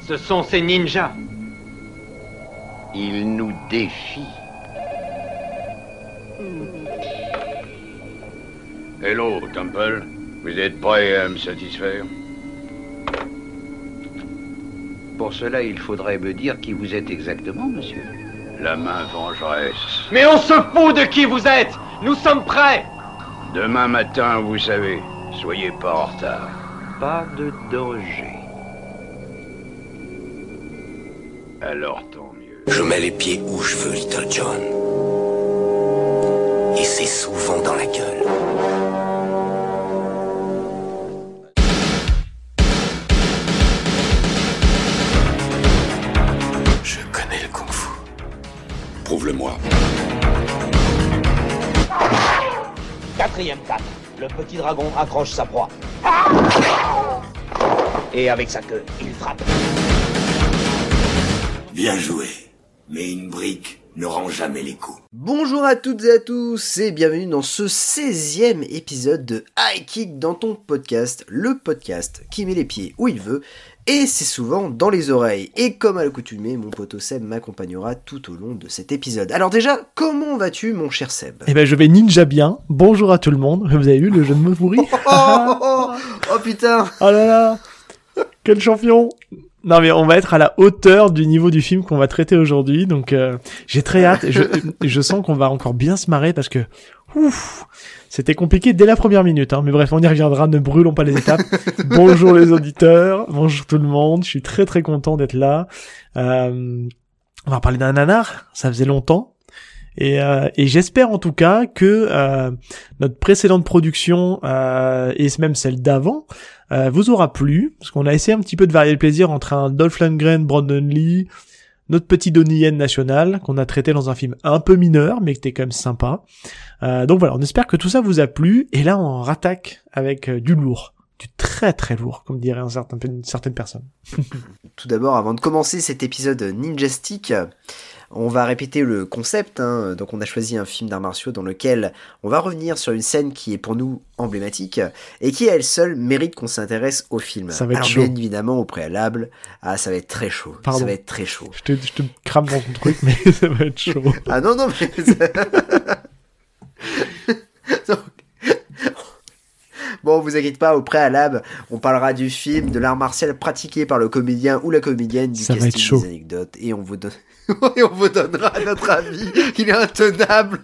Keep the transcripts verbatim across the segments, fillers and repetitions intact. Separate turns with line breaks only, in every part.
Ce sont ces ninjas.
Ils nous défient.
Hello, Temple. Vous êtes prêt à me satisfaire?
Pour cela, il faudrait me dire qui vous êtes exactement, monsieur.
La main vengeresse.
Mais on se fout de qui vous êtes. Nous sommes prêts.
Demain matin, vous savez, soyez pas en retard.
Pas de danger.
Alors tant mieux.
Je mets les pieds où je veux, Little John. Et c'est souvent dans la gueule. Je connais le kung-fu.
Prouve-le-moi.
Quatrième cap. Le petit dragon accroche sa proie. Et avec sa queue, il frappe.
Bien joué. Mais une brique ne rend jamais les coups.
Bonjour à toutes et à tous et bienvenue dans ce seizième épisode de High Kick dans ton podcast, le podcast qui met les pieds où il veut et c'est souvent dans les oreilles. Et comme à l'accoutumée, mon pote Seb m'accompagnera tout au long de cet épisode. Alors déjà, comment vas-tu mon cher Seb ?
Eh ben je vais ninja bien, bonjour à tout le monde, vous avez vu le jeu de mots pourri ?
oh, oh, oh, oh putain !
Oh là là, quel champion ! Non mais on va être à la hauteur du niveau du film qu'on va traiter aujourd'hui, donc euh, j'ai très hâte, je, je sens qu'on va encore bien se marrer parce que ouf, c'était compliqué dès la première minute, hein. Mais bref, on y reviendra, ne brûlons pas les étapes. Bonjour les auditeurs, bonjour tout le monde, je suis très très content d'être là. Euh, on va parler d'un nanar, ça faisait longtemps. Et, euh, et j'espère en tout cas que euh, notre précédente production euh, et même celle d'avant euh, vous aura plu, parce qu'on a essayé un petit peu de varier le plaisir entre un Dolph Lundgren, Brandon Lee, notre petit Donnie Yen national qu'on a traité dans un film un peu mineur mais qui était quand même sympa. Euh, donc voilà, on espère que tout ça vous a plu et là on rattaque avec euh, du lourd. Du très très lourd, comme dirait un certain, une certaine personne.
Tout d'abord, avant de commencer cet épisode ninjastique, on va répéter le concept, hein. Donc on a choisi un film d'arts martiaux dans lequel on va revenir sur une scène qui est pour nous emblématique et qui à elle seule mérite qu'on s'intéresse au film.
Ça va être
Alors
chaud.
Bien évidemment au préalable, ah ça va être très chaud.
Pardon.
Ça va être très chaud.
Je te, je te crame dans ton truc, mais ça va être chaud.
Ah non non mais donc... Bon, vous inquiétez pas, au préalable, on parlera du film, de l'art martial pratiqué par le comédien ou la comédienne, du
ça
casting, des anecdotes, et on vous donne... et on vous donnera notre avis. Il est intenable.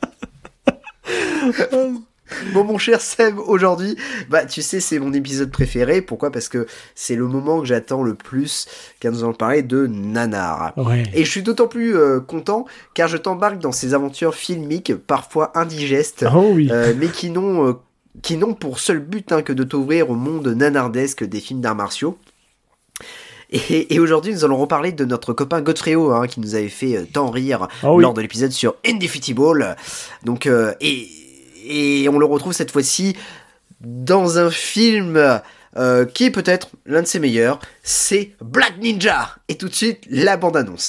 Bon, mon cher Seb, aujourd'hui, bah, tu sais, c'est mon épisode préféré. Pourquoi ? Parce que c'est le moment que j'attends le plus quand nous allons parler de nanar.
Ouais.
Et je suis d'autant plus euh, content car je t'embarque dans ces aventures filmiques, parfois indigestes,
oh oui.
euh, mais qui n'ont, euh, qui n'ont pour seul but hein, que de t'ouvrir au monde nanardesque des films d'arts martiaux. Et, et aujourd'hui, nous allons reparler de notre copain Godfredo, hein, qui nous avait fait euh, tant rire
oh
lors
oui.
de l'épisode sur Indefeatable. Donc, euh, et, et on le retrouve cette fois-ci dans un film euh, qui est peut-être l'un de ses meilleurs, c'est Black Ninja. Et tout de suite, la bande-annonce.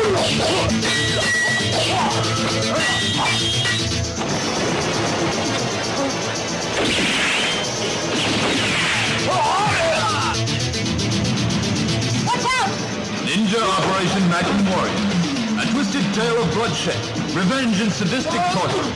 Ninja Operation Magic Warrior. A twisted tale of bloodshed, revenge and sadistic torture.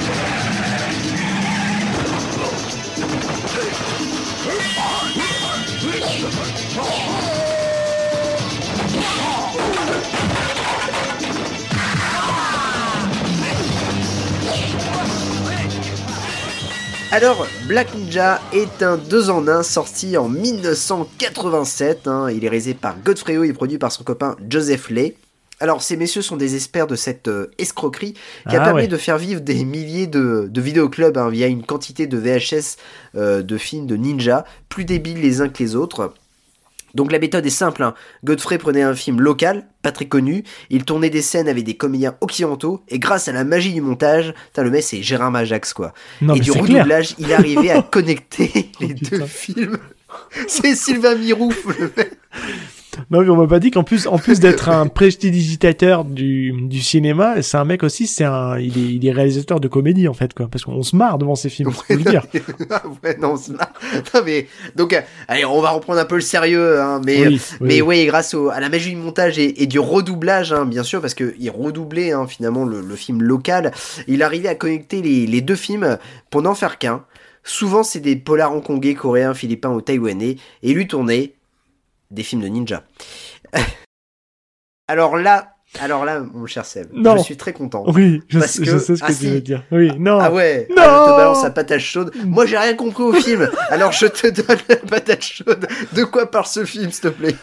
Alors, Black Ninja est un deux en un sorti en dix-neuf cent quatre-vingt-sept. Hein. Il est réalisé par Godfredo et produit par son copain Joseph Lay. Alors, ces messieurs sont des experts de cette euh, escroquerie qui a
ah,
permis
ouais.
de faire vivre des milliers de, de vidéoclubs hein, via une quantité de V H S euh, de films de ninja, plus débiles les uns que les autres. Donc la méthode est simple, hein. Godfrey prenait un film local, pas très connu, il tournait des scènes avec des comédiens occidentaux, et grâce à la magie du montage, le mec c'est Gérard Majax quoi.
Non,
et
mais
du
c'est
redoublage, il arrivait à connecter les
Oh,
deux
putain.
films. C'est Sylvain Mirouf le mec.
Non, mais on m'a pas dit qu'en plus, en plus d'être un prestidigitateur du, du cinéma, c'est un mec aussi, c'est un, il est, il est réalisateur de comédie, en fait, quoi. Parce qu'on se marre devant ces films, faut le dire.
Ouais, non, on se marre. Non, mais, donc, euh, allez, on va reprendre un peu le sérieux, hein, mais,
Oui,
euh,
oui.
mais ouais, grâce au, à la magie du montage et, et du redoublage, hein, bien sûr, parce que il redoublait, hein, finalement, le, le film local, il arrivait à connecter les, les deux films pour n'en faire qu'un. Souvent, c'est des polars hongkongais, coréens, philippins ou taïwanais, et lui tournait des films de ninja. alors là, alors là, mon cher Seb,
Non.
je suis très content.
Oui, je,
Parce
sais,
que-
je sais ce que
ah,
tu
si.
veux dire. Oui, non.
Ah ouais,
Non.
ah, je te balance la patate chaude. Moi, j'ai rien compris au film, alors je te donne la patate chaude. De quoi parle ce film, s'il te plaît?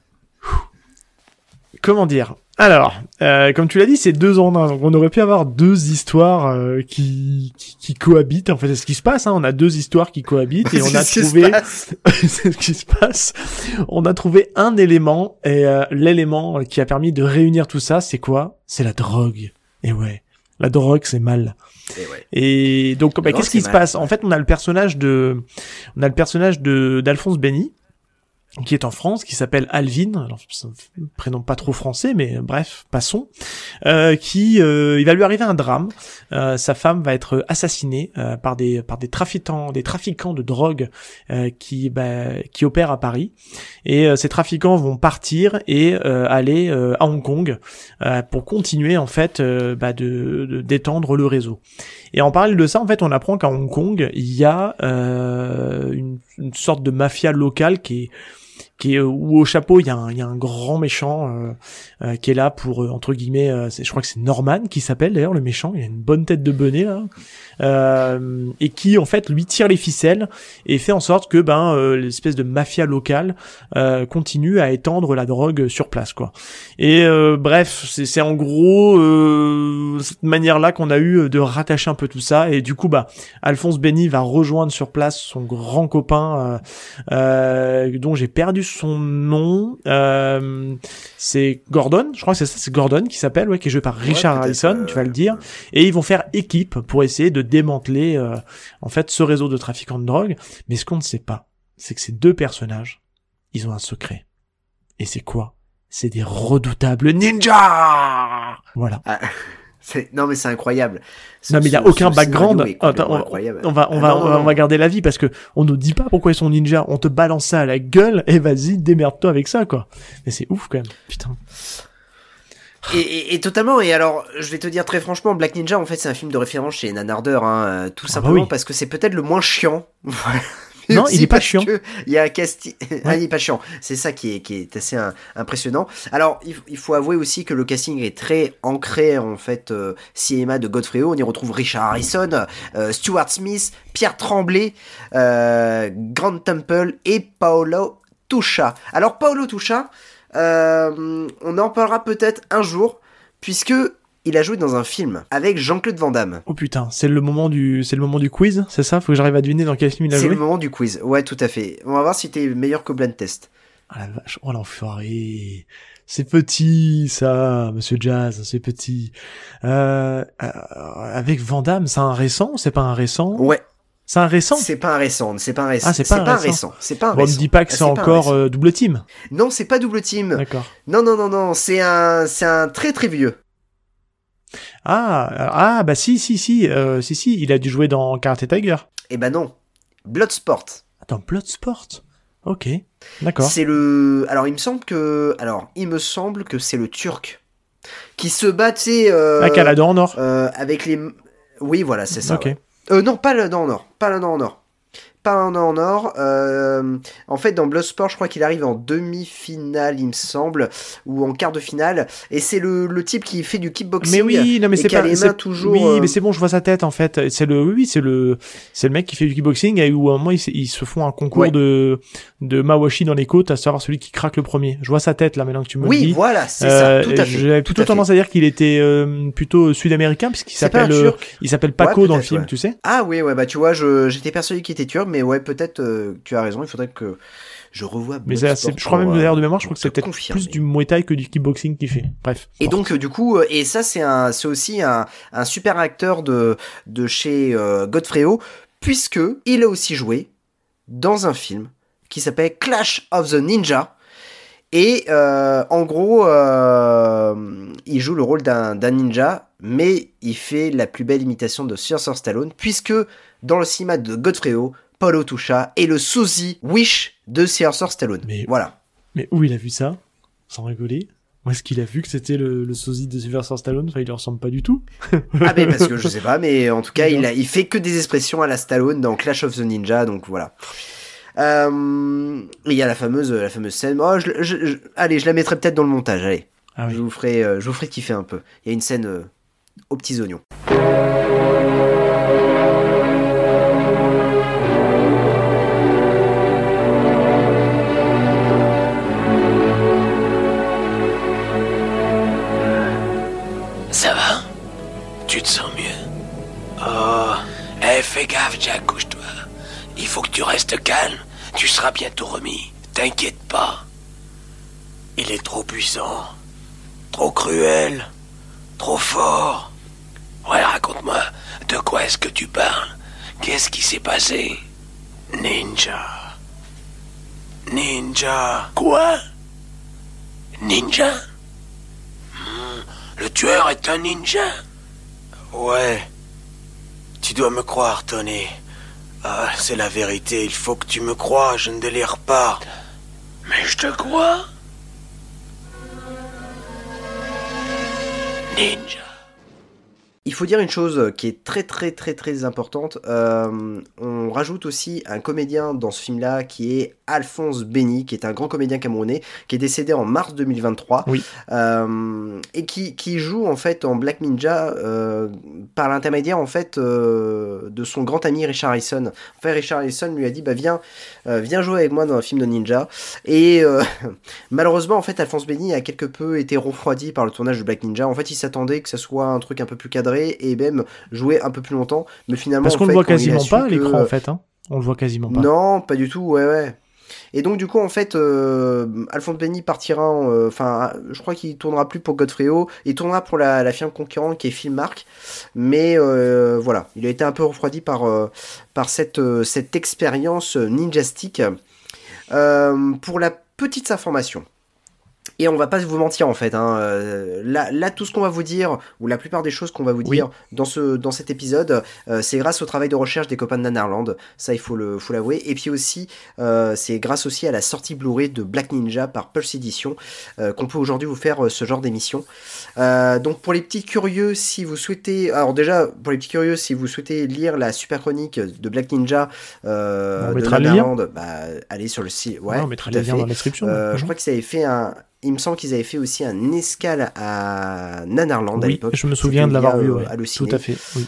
Comment dire? Alors, euh, comme tu l'as dit, c'est deux en un. Donc, on aurait pu avoir deux histoires euh, qui, qui qui cohabitent. En fait, c'est ce qui se passe. Hein. On a deux histoires qui cohabitent et on a
C'est ce qui se
trouvé.
passe.
c'est ce qui se passe. On a trouvé un élément et euh, l'élément qui a permis de réunir tout ça, c'est quoi? C'est la drogue. Et ouais, la drogue, c'est mal.
Et ouais.
Et donc, bah,
Non,
qu'est-ce qui
c'est
se
mal.
passe? En fait, on a le personnage de, on a le personnage de d'Alphonse Benny, qui est en France, qui s'appelle Alvin, alors c'est un prénom pas trop français, mais bref, passons, euh, qui, euh, il va lui arriver un drame, euh, sa femme va être assassinée euh, par des par des trafiquants, des trafiquants de drogue euh, qui bah, qui opèrent à Paris, et euh, ces trafiquants vont partir et euh, aller euh, à Hong Kong euh, pour continuer en fait euh, bah, de, de d'étendre le réseau. Et en parallèle de ça, en fait, on apprend qu'à Hong Kong, il y a euh, une, une sorte de mafia locale qui est qui est où au chapeau il y a un il y a un grand méchant euh, euh, qui est là pour euh, entre guillemets euh, c'est, je crois que c'est Norman qui s'appelle d'ailleurs le méchant, il a une bonne tête de bonnet là, euh, et qui en fait lui tire les ficelles et fait en sorte que ben euh, l'espèce de mafia locale euh, continue à étendre la drogue sur place quoi. Et euh, bref, c'est c'est en gros euh, cette manière là qu'on a eu de rattacher un peu tout ça, et du coup bah Alphonse Benny va rejoindre sur place son grand copain euh, euh, dont j'ai perdu son nom, euh, c'est Gordon, je crois que c'est ça, c'est Gordon qui s'appelle, ouais, qui est joué par Richard
peut-être,
Harrison,
euh,
tu vas le dire, et ils vont faire équipe pour essayer de démanteler euh, en fait ce réseau de trafiquants de drogue. Mais ce qu'on ne sait pas, c'est que ces deux personnages, ils ont un secret. Et c'est quoi? C'est des redoutables ninjas. Voilà.
Ah, c'est... Non, mais c'est incroyable. Ce-
Non mais il y a
ce-
aucun
ce
background.
scénario est complètement
Attends, on,
incroyable.
on va on
Ah,
va
non,
on
non,
va,
non.
on va garder la vie parce que on nous dit pas pourquoi ils sont ninjas. On te balance ça à la gueule et vas-y démerde-toi avec ça quoi. Mais c'est ouf quand même. Putain.
Et, et, et totalement, et alors, je vais te dire très franchement, Black Ninja, en fait, c'est un film de référence chez Nanarder, hein, euh, tout
Ah bah
simplement
oui.
parce que c'est peut-être le moins chiant. Mais
Non,
aussi
il est pas
parce
chiant.
que Il y a un casting. Ah, il est pas chiant. C'est ça qui est, qui est assez un- impressionnant. Alors, il, il faut avouer aussi que le casting est très ancré, en fait, euh, cinéma de Godfrey Ho. On y retrouve Richard Harrison, euh, Stuart Smith, Pierre Tremblay, euh, Grant Temple et Paolo Tucha. Alors, Paolo Tucha, euh, on en parlera peut-être un jour, puisque il a joué dans un film avec Jean-Claude Van Damme.
Oh putain, c'est le moment du c'est le moment du quiz, c'est ça? Faut que j'arrive à deviner dans quel film il a
C'est
joué.
le moment du quiz. Ouais, tout à fait. On va voir si t'es meilleur que Blind Test.
Ah la vache, oh l'enfoiré. C'est petit, ça, Monsieur Jazz, c'est petit. Euh, euh, avec Van Damme, c'est un récent ou c'est pas un récent?
Ouais.
C'est un récent?
C'est pas un récent, c'est pas un récent.
Ah, c'est pas un récent.
récent. C'est pas un
Bon,
récent.
me dis pas que
Ah,
c'est
pas un
encore
récent.
euh, double team.
Non, c'est pas double team.
D'accord.
Non, non, non, non, c'est un, c'est un très très vieux.
Ah, ah, bah si, si, si, euh, si, si, il a dû jouer dans Karate Tiger.
Eh ben non. Bloodsport.
Attends, Bloodsport. Ok, d'accord.
C'est le. Alors, il me semble que. Alors, il me semble que c'est le Turc qui se bat, tu sais. Euh...
Ah, Calado en or.
euh, avec les. Oui, voilà, c'est ça.
Ok.
ouais. Euh, non, pas le dent en or. Pas le dent en or. Pas un dent en or. Euh, en fait, dans Bloodsport, je crois qu'il arrive en demi-finale, il me semble, ou en quart de finale. Et c'est le, le type qui fait du kickboxing.
Mais oui, non mais
et
c'est
qui a
pas.
les
c'est-
mains toujours.
Oui,
euh,
mais c'est bon, je vois sa tête en fait. C'est le, oui, oui, c'est le, c'est le mec qui fait du kickboxing et où à un moment ils, se- ils se font un concours
Ouais.
de de mawashi dans les côtes, à savoir celui qui craque le premier. Je vois sa tête là maintenant que tu me le
Oui,
dis.
voilà, c'est
Euh,
ça, tout à fait.
J'avais
tout
plutôt
à fait.
tendance à dire qu'il était euh, plutôt sud-américain puisqu'il
C'est pas un
s'appelle, euh,
Turc.
il s'appelle Paco
Ouais,
dans le
peut-être,
film,
ouais.
tu sais.
Ah oui, ouais, bah tu vois, je, j'étais persuadé qu'il était turc, mais ouais, peut-être euh, tu as raison, il faudrait que je revoie
Mais
Bloodsport
c'est- je crois
pour,
même
euh,
d'ailleurs de mémoire, je crois
pour
que c'est
te
peut-être
confirmer.
plus du Muay Thai que du kickboxing qu'il fait. Bref.
Et
Bon.
donc euh, du coup, euh, et ça c'est un, c'est aussi un, un super acteur de de chez euh, Godfrey Ho, puisque il a aussi joué dans un film qui s'appelle Clash of the Ninja. Et euh, en gros, euh, il joue le rôle d'un, d'un ninja, mais il fait la plus belle imitation de Sylvester Stallone, puisque dans le cinéma de Godfredo, Paulo Tucha est le sosie Wish de Sylvester Stallone.
Mais,
voilà.
Mais où il a vu ça? Sans rigoler. Où est-ce qu'il a vu que c'était le, le sosie de Sylvester Stallone? Enfin, il lui ressemble pas du tout.
Ah mais parce que je sais pas, mais en tout cas, il, a, il fait que des expressions à la Stallone dans Clash of the Ninja, donc voilà. Euh, il y a la fameuse, la fameuse scène. Oh, je, je, je, allez, je la mettrai peut-être dans le montage. Allez,
ah oui.
je vous ferai, euh, je vous ferai kiffer un peu. Il y a une scène euh, aux petits oignons.
Ça va? Tu te sens mieux? Oh, eh, fais gaffe, Jack, couche-toi. Il faut que tu restes calme. Tu seras bientôt remis. T'inquiète pas. Il est trop puissant. Trop cruel. Trop fort. Ouais, raconte-moi. De quoi est-ce que tu parles? Qu'est-ce qui s'est passé? Ninja. Ninja. Quoi? Ninja? Hmm, le tueur est un ninja? Ouais. Tu dois me croire, Tony. Ah, c'est la vérité, il faut que tu me crois, je ne délire pas. Mais je te crois. Ninja.
Il faut dire une chose qui est très très très très importante. Euh, on rajoute aussi un comédien dans ce film-là qui est Alphonse Béni, qui est un grand comédien camerounais, qui est décédé en mars deux mille vingt-trois,
oui.
euh, et qui, qui joue en fait en Black Ninja euh, par l'intermédiaire en fait euh, de son grand ami Richard Harrison. Enfin, Richard Harrison lui a dit bah viens, euh, viens jouer avec moi dans un film de ninja. Et euh, malheureusement en fait Alphonse Béni a quelque peu été refroidi par le tournage de Black Ninja. En fait, il s'attendait que ça soit un truc un peu plus cadré et même jouer un peu plus longtemps, mais finalement
parce qu'on
en fait,
le voit quasiment pas à
que...
l'écran en fait, hein. On le voit quasiment pas.
Non, pas du tout, ouais ouais. Et donc du coup en fait, euh, Alphonse Béni partira, enfin, euh, je crois qu'il tournera plus pour Godfredo, il tournera pour la, la firme concurrente qui est Filmark, mais euh, voilà, il a été un peu refroidi par euh, par cette euh, cette expérience ninjastique. Euh, pour la petite information. Et on va pas vous mentir en fait, hein. euh, là, là tout ce qu'on va vous dire, ou la plupart des choses qu'on va vous dire oui. dans, ce, dans cet épisode, euh, c'est grâce au travail de recherche des copains de Nanarland, ça il faut, le, faut l'avouer, et puis aussi, euh, c'est grâce aussi à la sortie Blu-ray de Black Ninja par Pulse Edition, euh, qu'on peut aujourd'hui vous faire euh, ce genre d'émission. Euh, donc pour les petits curieux, si vous souhaitez, alors déjà, pour les petits curieux, si vous souhaitez lire la super chronique de Black Ninja euh, de Nanarland, bah, allez sur le site, ouais,
ouais on mettra les liens dans la description.
Euh, je crois qu'ils avaient fait un... Il me semble qu'ils avaient fait aussi un escale à Nanarland
oui,
à l'époque.
Je me souviens de l'avoir vu, ouais.
Halluciné.
Tout à fait. Oui.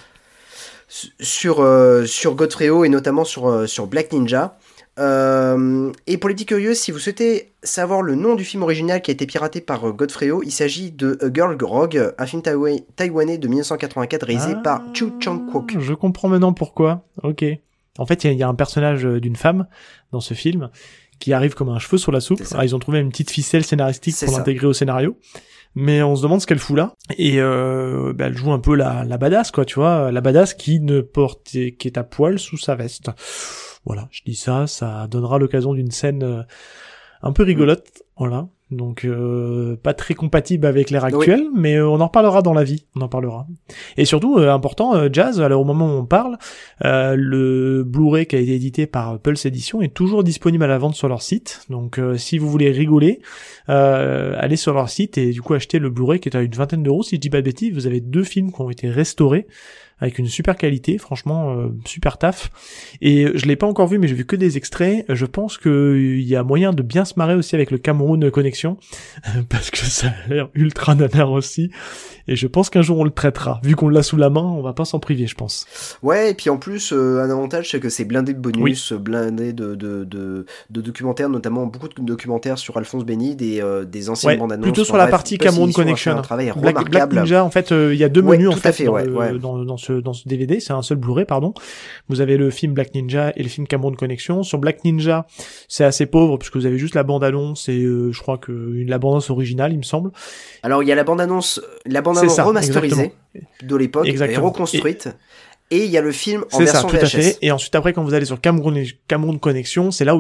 Sur, euh, sur Godfredo et notamment sur, euh, sur Black Ninja. Euh, et pour les petits curieux, si vous souhaitez savoir le nom du film original qui a été piraté par euh, Godfredo, il s'agit de A Girl Rogue, un film taïwa- taïwanais de dix-neuf cent quatre-vingt-quatre réalisé ah, par Chu Chang-wook.
Je comprends maintenant pourquoi. Ok. En fait, il y, y a un personnage d'une femme dans ce film qui arrive comme un cheveu sur la soupe. Alors, ils ont trouvé une petite ficelle scénaristique c'est pour ça. l'intégrer au scénario. Mais on se demande ce qu'elle fout là. Et euh, bah, elle joue un peu la, la badass, quoi, tu vois. La badass qui ne porte, qui est à poil sous sa veste. Voilà, je dis ça, ça donnera l'occasion d'une scène euh, un peu rigolote. Voilà. Donc euh, pas très compatible avec l'ère actuelle, oui. mais euh, on en reparlera dans la vie, on en parlera. Et surtout, euh, important, euh, Jazz, alors au moment où on parle, euh, le Blu-ray qui a été édité par Pulse Edition est toujours disponible à la vente sur leur site. Donc euh, si vous voulez rigoler, euh, allez sur leur site et du coup acheter le Blu-ray qui est à une vingtaine d'euros. Si je dis pas de bêtises, vous avez deux films qui ont été restaurés avec une super qualité, franchement, euh, super taf. Et je l'ai pas encore vu, mais j'ai vu que des extraits. Je pense qu'il y a moyen de bien se marrer aussi avec le Cameroun Connection, parce que ça a l'air ultra nanar aussi. Et je pense qu'un jour on le traitera. Vu qu'on l'a sous la main, on va pas s'en priver, je pense.
Ouais, et puis en plus, euh, un avantage, c'est que c'est blindé de bonus, oui. blindé de, de, de, de documentaires, notamment beaucoup de documentaires sur Alphonse Béni, des, euh, des anciennes
ouais,
bandes annonces.
Plutôt sur la partie Cameroun Connection.
Un travail
Black,
remarquable.
Black Ninja, en fait, il euh, y a deux menus
ouais,
en fait,
fait
dans,
ouais,
le,
ouais.
Dans, dans, ce, dans ce D V D. C'est un seul Blu-ray, pardon. Vous avez le film Black Ninja et le film Cameroun Connection. Sur Black Ninja, c'est assez pauvre puisque vous avez juste la bande-annonce et euh, je crois que la bande-annonce originale, il me semble.
Alors il y a la bande-annonce, la bande-annonce ça, remasterisée exactement. de l'époque, et reconstruite. Et... Et il y a le film en
c'est
version
ça, tout
V H S.
À fait. Et ensuite, après, quand vous allez sur Cameroun, Cameroun Connection, c'est là où il y a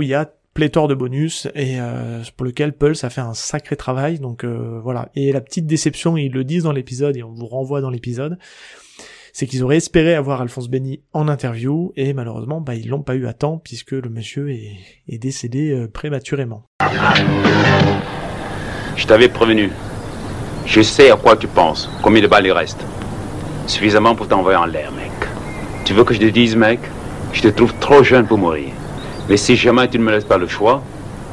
pléthore de bonus et euh, pour lequel Pulse a fait un sacré travail. Donc euh, voilà. Et la petite déception, ils le disent dans l'épisode et on vous renvoie dans l'épisode, c'est qu'ils auraient espéré avoir Alphonse Benny en interview et malheureusement, bah ils l'ont pas eu à temps puisque le monsieur est, est décédé euh, prématurément.
Je t'avais prévenu. Je sais à quoi tu penses. Combien de balles il reste? Suffisamment pour t'envoyer en l'air, mec. Tu veux que je te dise, mec? Je te trouve trop jeune pour mourir. Mais si jamais tu ne me laisses pas le choix...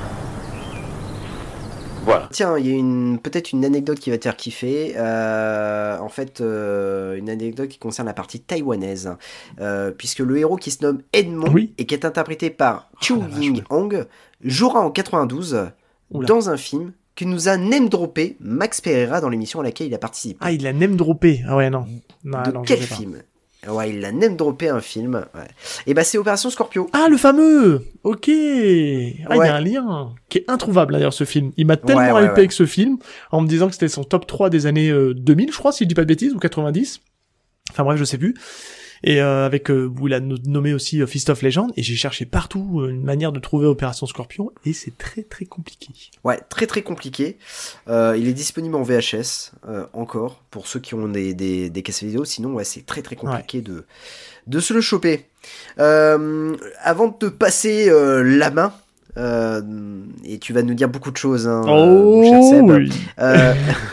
Voilà.
Tiens, il y a une, peut-être une anecdote qui va te faire kiffer. Euh, en fait, euh, une anecdote qui concerne la partie taïwanaise. Euh, puisque le héros qui se nomme Edmond
oui.
et qui est interprété par Chu
oh,
Ying Hong jouera en quatre-vingt-douze Oula. dans un film que nous a name-droppé Max Pereira dans l'émission à laquelle il a participé.
Ah, il a name-droppé. Ah ouais, non. non
de
non,
quel film? Ouais, il a name-droppé un film. Ouais. Et bah, c'est Opération Scorpio.
Ah, le fameux. Ok. Ah, il ouais. y a un lien qui est introuvable d'ailleurs, ce film. Il m'a tellement
ouais, ouais,
hypé
ouais.
avec ce film, en me disant que c'était son top trois des années euh, deux mille, je crois, si je dis pas de bêtises, ou quatre-vingt-dix. Enfin bref, je sais plus. Et euh, avec euh, où il a no- nommé aussi euh, Fist of Legend, et j'ai cherché partout euh, une manière de trouver Opération Scorpion, et c'est très très compliqué.
Ouais, très très compliqué. Euh, il est disponible en V H S euh, encore pour ceux qui ont des des, des cassettes vidéo. Sinon, ouais, c'est très très compliqué ouais. de de se le choper. Euh, avant de te passer euh, la main. Euh, et tu vas nous dire beaucoup de choses, hein,
oh,
mon cher Seb.
Oui.
Euh,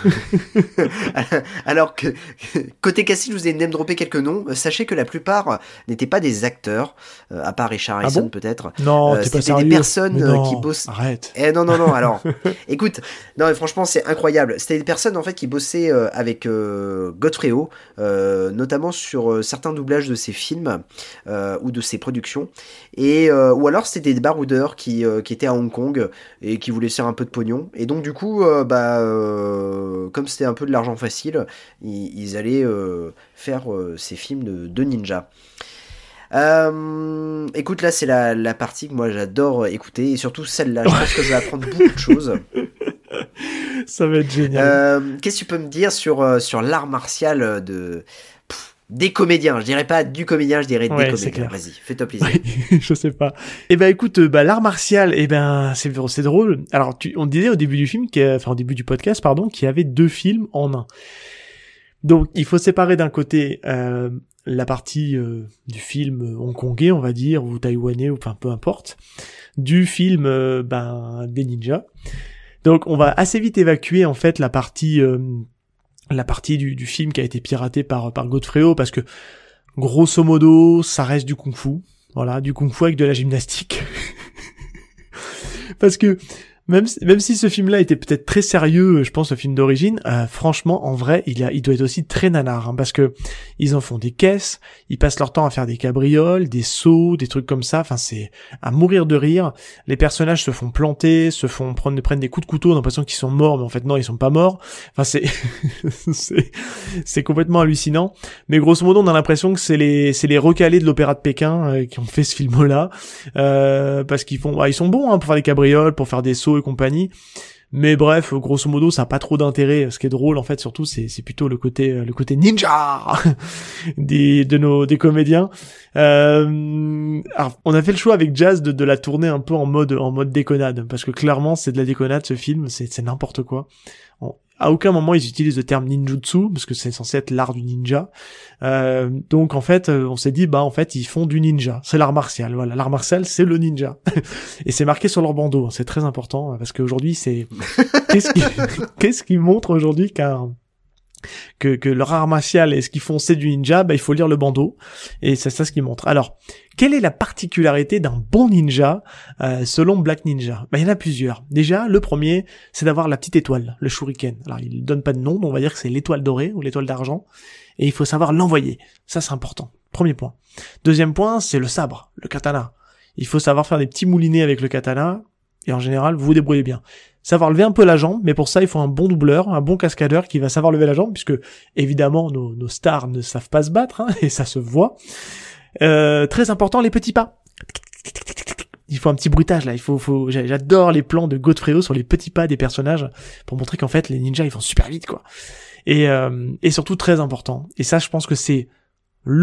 alors que côté casting, je vous ai name droppé quelques noms. Sachez que la plupart n'étaient pas des acteurs, euh, à part Richard Harrison ah bon peut-être.
Non,
euh,
t'es pas
c'était
sérieux.
des personnes
non,
qui bossent.
Arrête.
Eh non non non. Alors, écoute, non mais franchement c'est incroyable. C'était des personnes en fait qui bossaient euh, avec euh, Godfrey-O, euh, notamment sur euh, certains doublages de ses films euh, ou de ses productions, et euh, ou alors c'était des baroudeurs qui euh, qui était à Hong Kong et qui voulait faire un peu de pognon, et donc du coup euh, bah euh, comme c'était un peu de l'argent facile, ils, ils allaient euh, faire euh, ces films de, de ninja. Euh, écoute, là c'est la, la partie que moi j'adore écouter, et surtout celle-là, je pense que je vais apprendre beaucoup de choses.
Ça va être génial.
Euh, qu'est-ce que tu peux me dire sur, euh, sur l'art martial de... des comédiens, je dirais pas du comédien, je dirais
ouais,
des comédiens. Vas-y, fais-toi plaisir.
Ouais, je sais pas. Eh ben écoute, bah l'art martial, eh ben c'est c'est drôle. Alors tu, on disait au début du film, enfin au début du podcast, pardon, qu'il y avait deux films en un. Donc il faut séparer d'un côté euh, la partie euh, du film hongkongais, on va dire, ou taïwanais, ou enfin peu importe, du film euh, ben des ninjas. Donc on va assez vite évacuer en fait la partie euh, la partie du, du film qui a été piraté par par Godfrey-O, parce que grosso modo ça reste du kung-fu, voilà, du kung-fu avec de la gymnastique. Parce que même même si ce film-là était peut-être très sérieux, je pense, le film d'origine, euh, franchement en vrai il a il doit être aussi très nanar, hein, parce que ils en font des caisses, ils passent leur temps à faire des cabrioles, des sauts, des trucs comme ça, enfin c'est à mourir de rire. Les personnages se font planter, se font prendre prennent des coups de couteau, on a l'impression qu'ils sont morts, mais en fait non, ils sont pas morts. Enfin c'est c'est c'est complètement hallucinant. Mais grosso modo on a l'impression que c'est les c'est les recalés de l'opéra de Pékin euh, qui ont fait ce film-là, euh, parce qu'ils font bah, ils sont bons hein, pour faire des cabrioles, pour faire des sauts et compagnie, mais bref, grosso modo ça a pas trop d'intérêt. Ce qui est drôle en fait surtout c'est c'est plutôt le côté le côté ninja des de nos des comédiens. Euh, alors on a fait le choix avec Jazz de de la tourner un peu en mode en mode déconnade, parce que clairement c'est de la déconnade ce film, c'est c'est n'importe quoi. On, à aucun moment ils utilisent le terme ninjutsu, parce que c'est censé être l'art du ninja. Euh, donc en fait, on s'est dit bah en fait ils font du ninja, c'est l'art martial. Voilà, l'art martial c'est le ninja, et c'est marqué sur leur bandeau. C'est très important parce qu'aujourd'hui c'est qu'est-ce qui qu'est-ce qui montre aujourd'hui qu'un que que leur art martial et ce qu'ils font c'est du ninja, bah il faut lire le bandeau, et c'est ça ce qui montre. Alors quelle est la particularité d'un bon ninja euh, selon Black Ninja? Bah il y en a plusieurs. Déjà le premier c'est d'avoir la petite étoile, le shuriken. Alors il donne pas de nom, mais on va dire que c'est l'étoile dorée ou l'étoile d'argent, et il faut savoir l'envoyer. Ça c'est important. Premier point. Deuxième point c'est le sabre, le katana. Il faut savoir faire des petits moulinets avec le katana, et en général vous vous débrouillez bien. Savoir lever un peu la jambe, mais pour ça il faut un bon doubleur, un bon cascadeur qui va savoir lever la jambe, puisque évidemment nos, nos stars ne savent pas se battre, hein, et ça se voit. Euh, très important, les petits pas. Il faut un petit bruitage là, il faut, faut, j'adore les plans de Godfrey-O sur les petits pas des personnages, pour montrer qu'en fait les ninjas ils vont super vite quoi. Et, euh, et surtout très important, et ça je pense que c'est le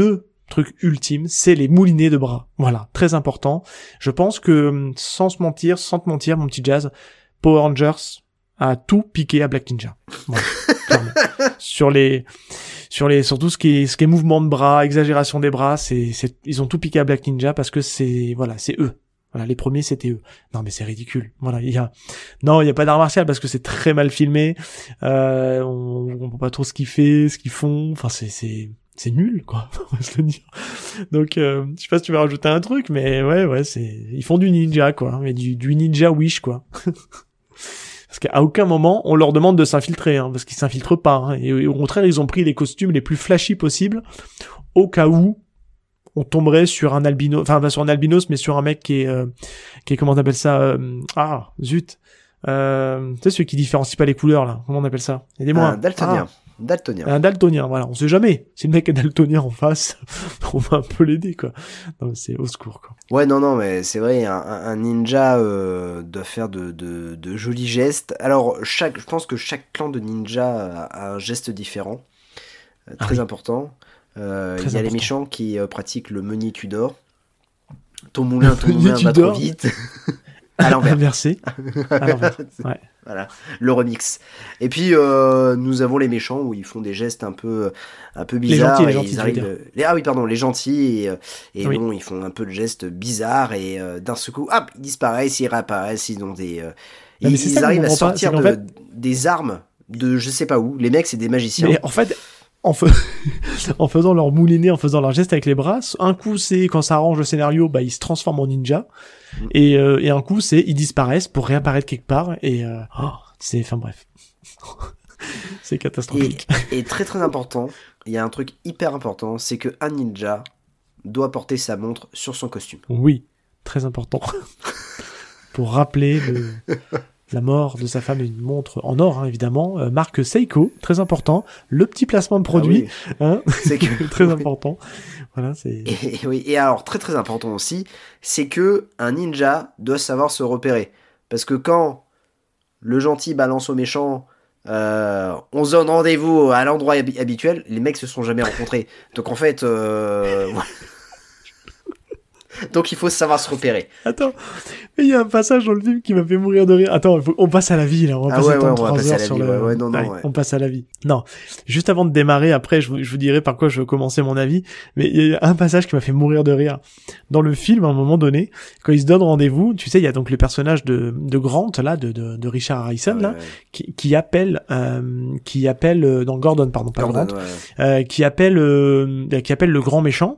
truc ultime, c'est les moulinets de bras. Voilà, très important. Je pense que, sans se mentir, sans te mentir, mon petit Jazz, Power Rangers a tout piqué à Black Ninja. Voilà, clairement. Sur les, sur les, sur tout ce qui est, ce qui est mouvement de bras, exagération des bras, c'est, c'est, ils ont tout piqué à Black Ninja parce que c'est, voilà, c'est eux. Voilà, les premiers c'était eux. Non mais c'est ridicule. Voilà, il y a, non, il y a pas d'art martial parce que c'est très mal filmé. Euh, on, on voit pas trop ce qu'ils fait, ce qu'ils font. Enfin, c'est, c'est, c'est nul, quoi. On va se le dire. Donc, euh, je sais pas si tu veux rajouter un truc, mais ouais, ouais, c'est, ils font du ninja, quoi. Mais du, du ninja wish, quoi. Parce qu'à aucun moment, on leur demande de s'infiltrer, hein, parce qu'ils s'infiltrent pas. Hein, et, et au contraire, ils ont pris les costumes les plus flashy possibles, au cas où on tomberait sur un albinos, enfin pas sur un albinos, mais sur un mec qui est, euh, qui est comment on appelle ça, euh, ah zut, euh, tu sais celui qui différencie pas les couleurs là, comment on appelle ça, aidez-moi.
Un daltonien.
Ah.
Daltonien.
Un daltonien, voilà, on sait jamais. Si le mec est daltonien en face, on va un peu l'aider, quoi. Non, mais c'est au secours, quoi.
Ouais, non, non, mais c'est vrai, un, un ninja euh, doit faire de, de, de jolis gestes. Alors, chaque, je pense que chaque clan de ninja a, a un geste différent, euh, très ah oui. important. Euh, il y a important. Les méchants qui euh, pratiquent le meunier Tudor. Ton moulin, ton moulin va trop vite. À l'envers.
Inversé. À l'envers. Ouais.
Voilà, le remix. Et puis euh, nous avons les méchants où ils font des gestes un peu un peu bizarres.
Les gentils, les gentils,
ils arrivent, les, ah oui, pardon, les gentils et, et
oui.
non, ils font un peu de gestes bizarres et euh, d'un seul coup, hop, ils disparaissent, ils réapparaissent, ils ont des, euh,
non,
ils, ils arrivent à sortir
pas,
de,
fait...
des armes de je sais pas où. Les mecs, c'est des magiciens.
Mais en fait. En, fais... en faisant leur moulinet, en faisant leur geste avec les bras, un coup c'est quand ça arrange le scénario, bah ils se transforment en ninja, mmh. et, euh, et un coup c'est ils disparaissent pour réapparaître quelque part et euh... oh, c'est, enfin bref, c'est catastrophique.
Et, et très très important, il y a un truc hyper important, c'est que un ninja doit porter sa montre sur son costume.
Oui, très important. Pour rappeler le... la mort de sa femme, une montre en or, hein, évidemment, euh, marque Seiko, très important. Le petit placement de produit, ah oui. hein, c'est que... très oui. important. Voilà, c'est.
Et, et, oui. Et alors très très important aussi, c'est que un ninja doit savoir se repérer, parce que quand le gentil balance au méchant, euh, on se donne rendez-vous à l'endroit hab- habituel, les mecs se sont jamais rencontrés. Donc en fait, euh... donc il faut savoir se repérer.
Attends, mais il y a un passage dans le film qui m'a fait mourir de rire. Attends, faut... on passe à la vie là, on va
ah
passer
ouais, ouais,
trois heures sur
vie,
le.
Ouais, ouais, non, non,
ouais,
ouais.
On passe à la vie. Non, juste avant de démarrer, après je vous, je vous dirai par quoi je veux commencer mon avis. Mais il y a un passage qui m'a fait mourir de rire dans le film. À un moment donné, quand ils se donnent rendez-vous, tu sais, il y a donc le personnage de, de Grant là, de, de, de Richard Harrison ah, là, ouais, ouais. Qui, qui appelle, euh, qui appelle euh, dans Gordon, pardon, pas
Gordon,
Grant,
ouais.
euh, qui appelle, euh, qui appelle le grand méchant,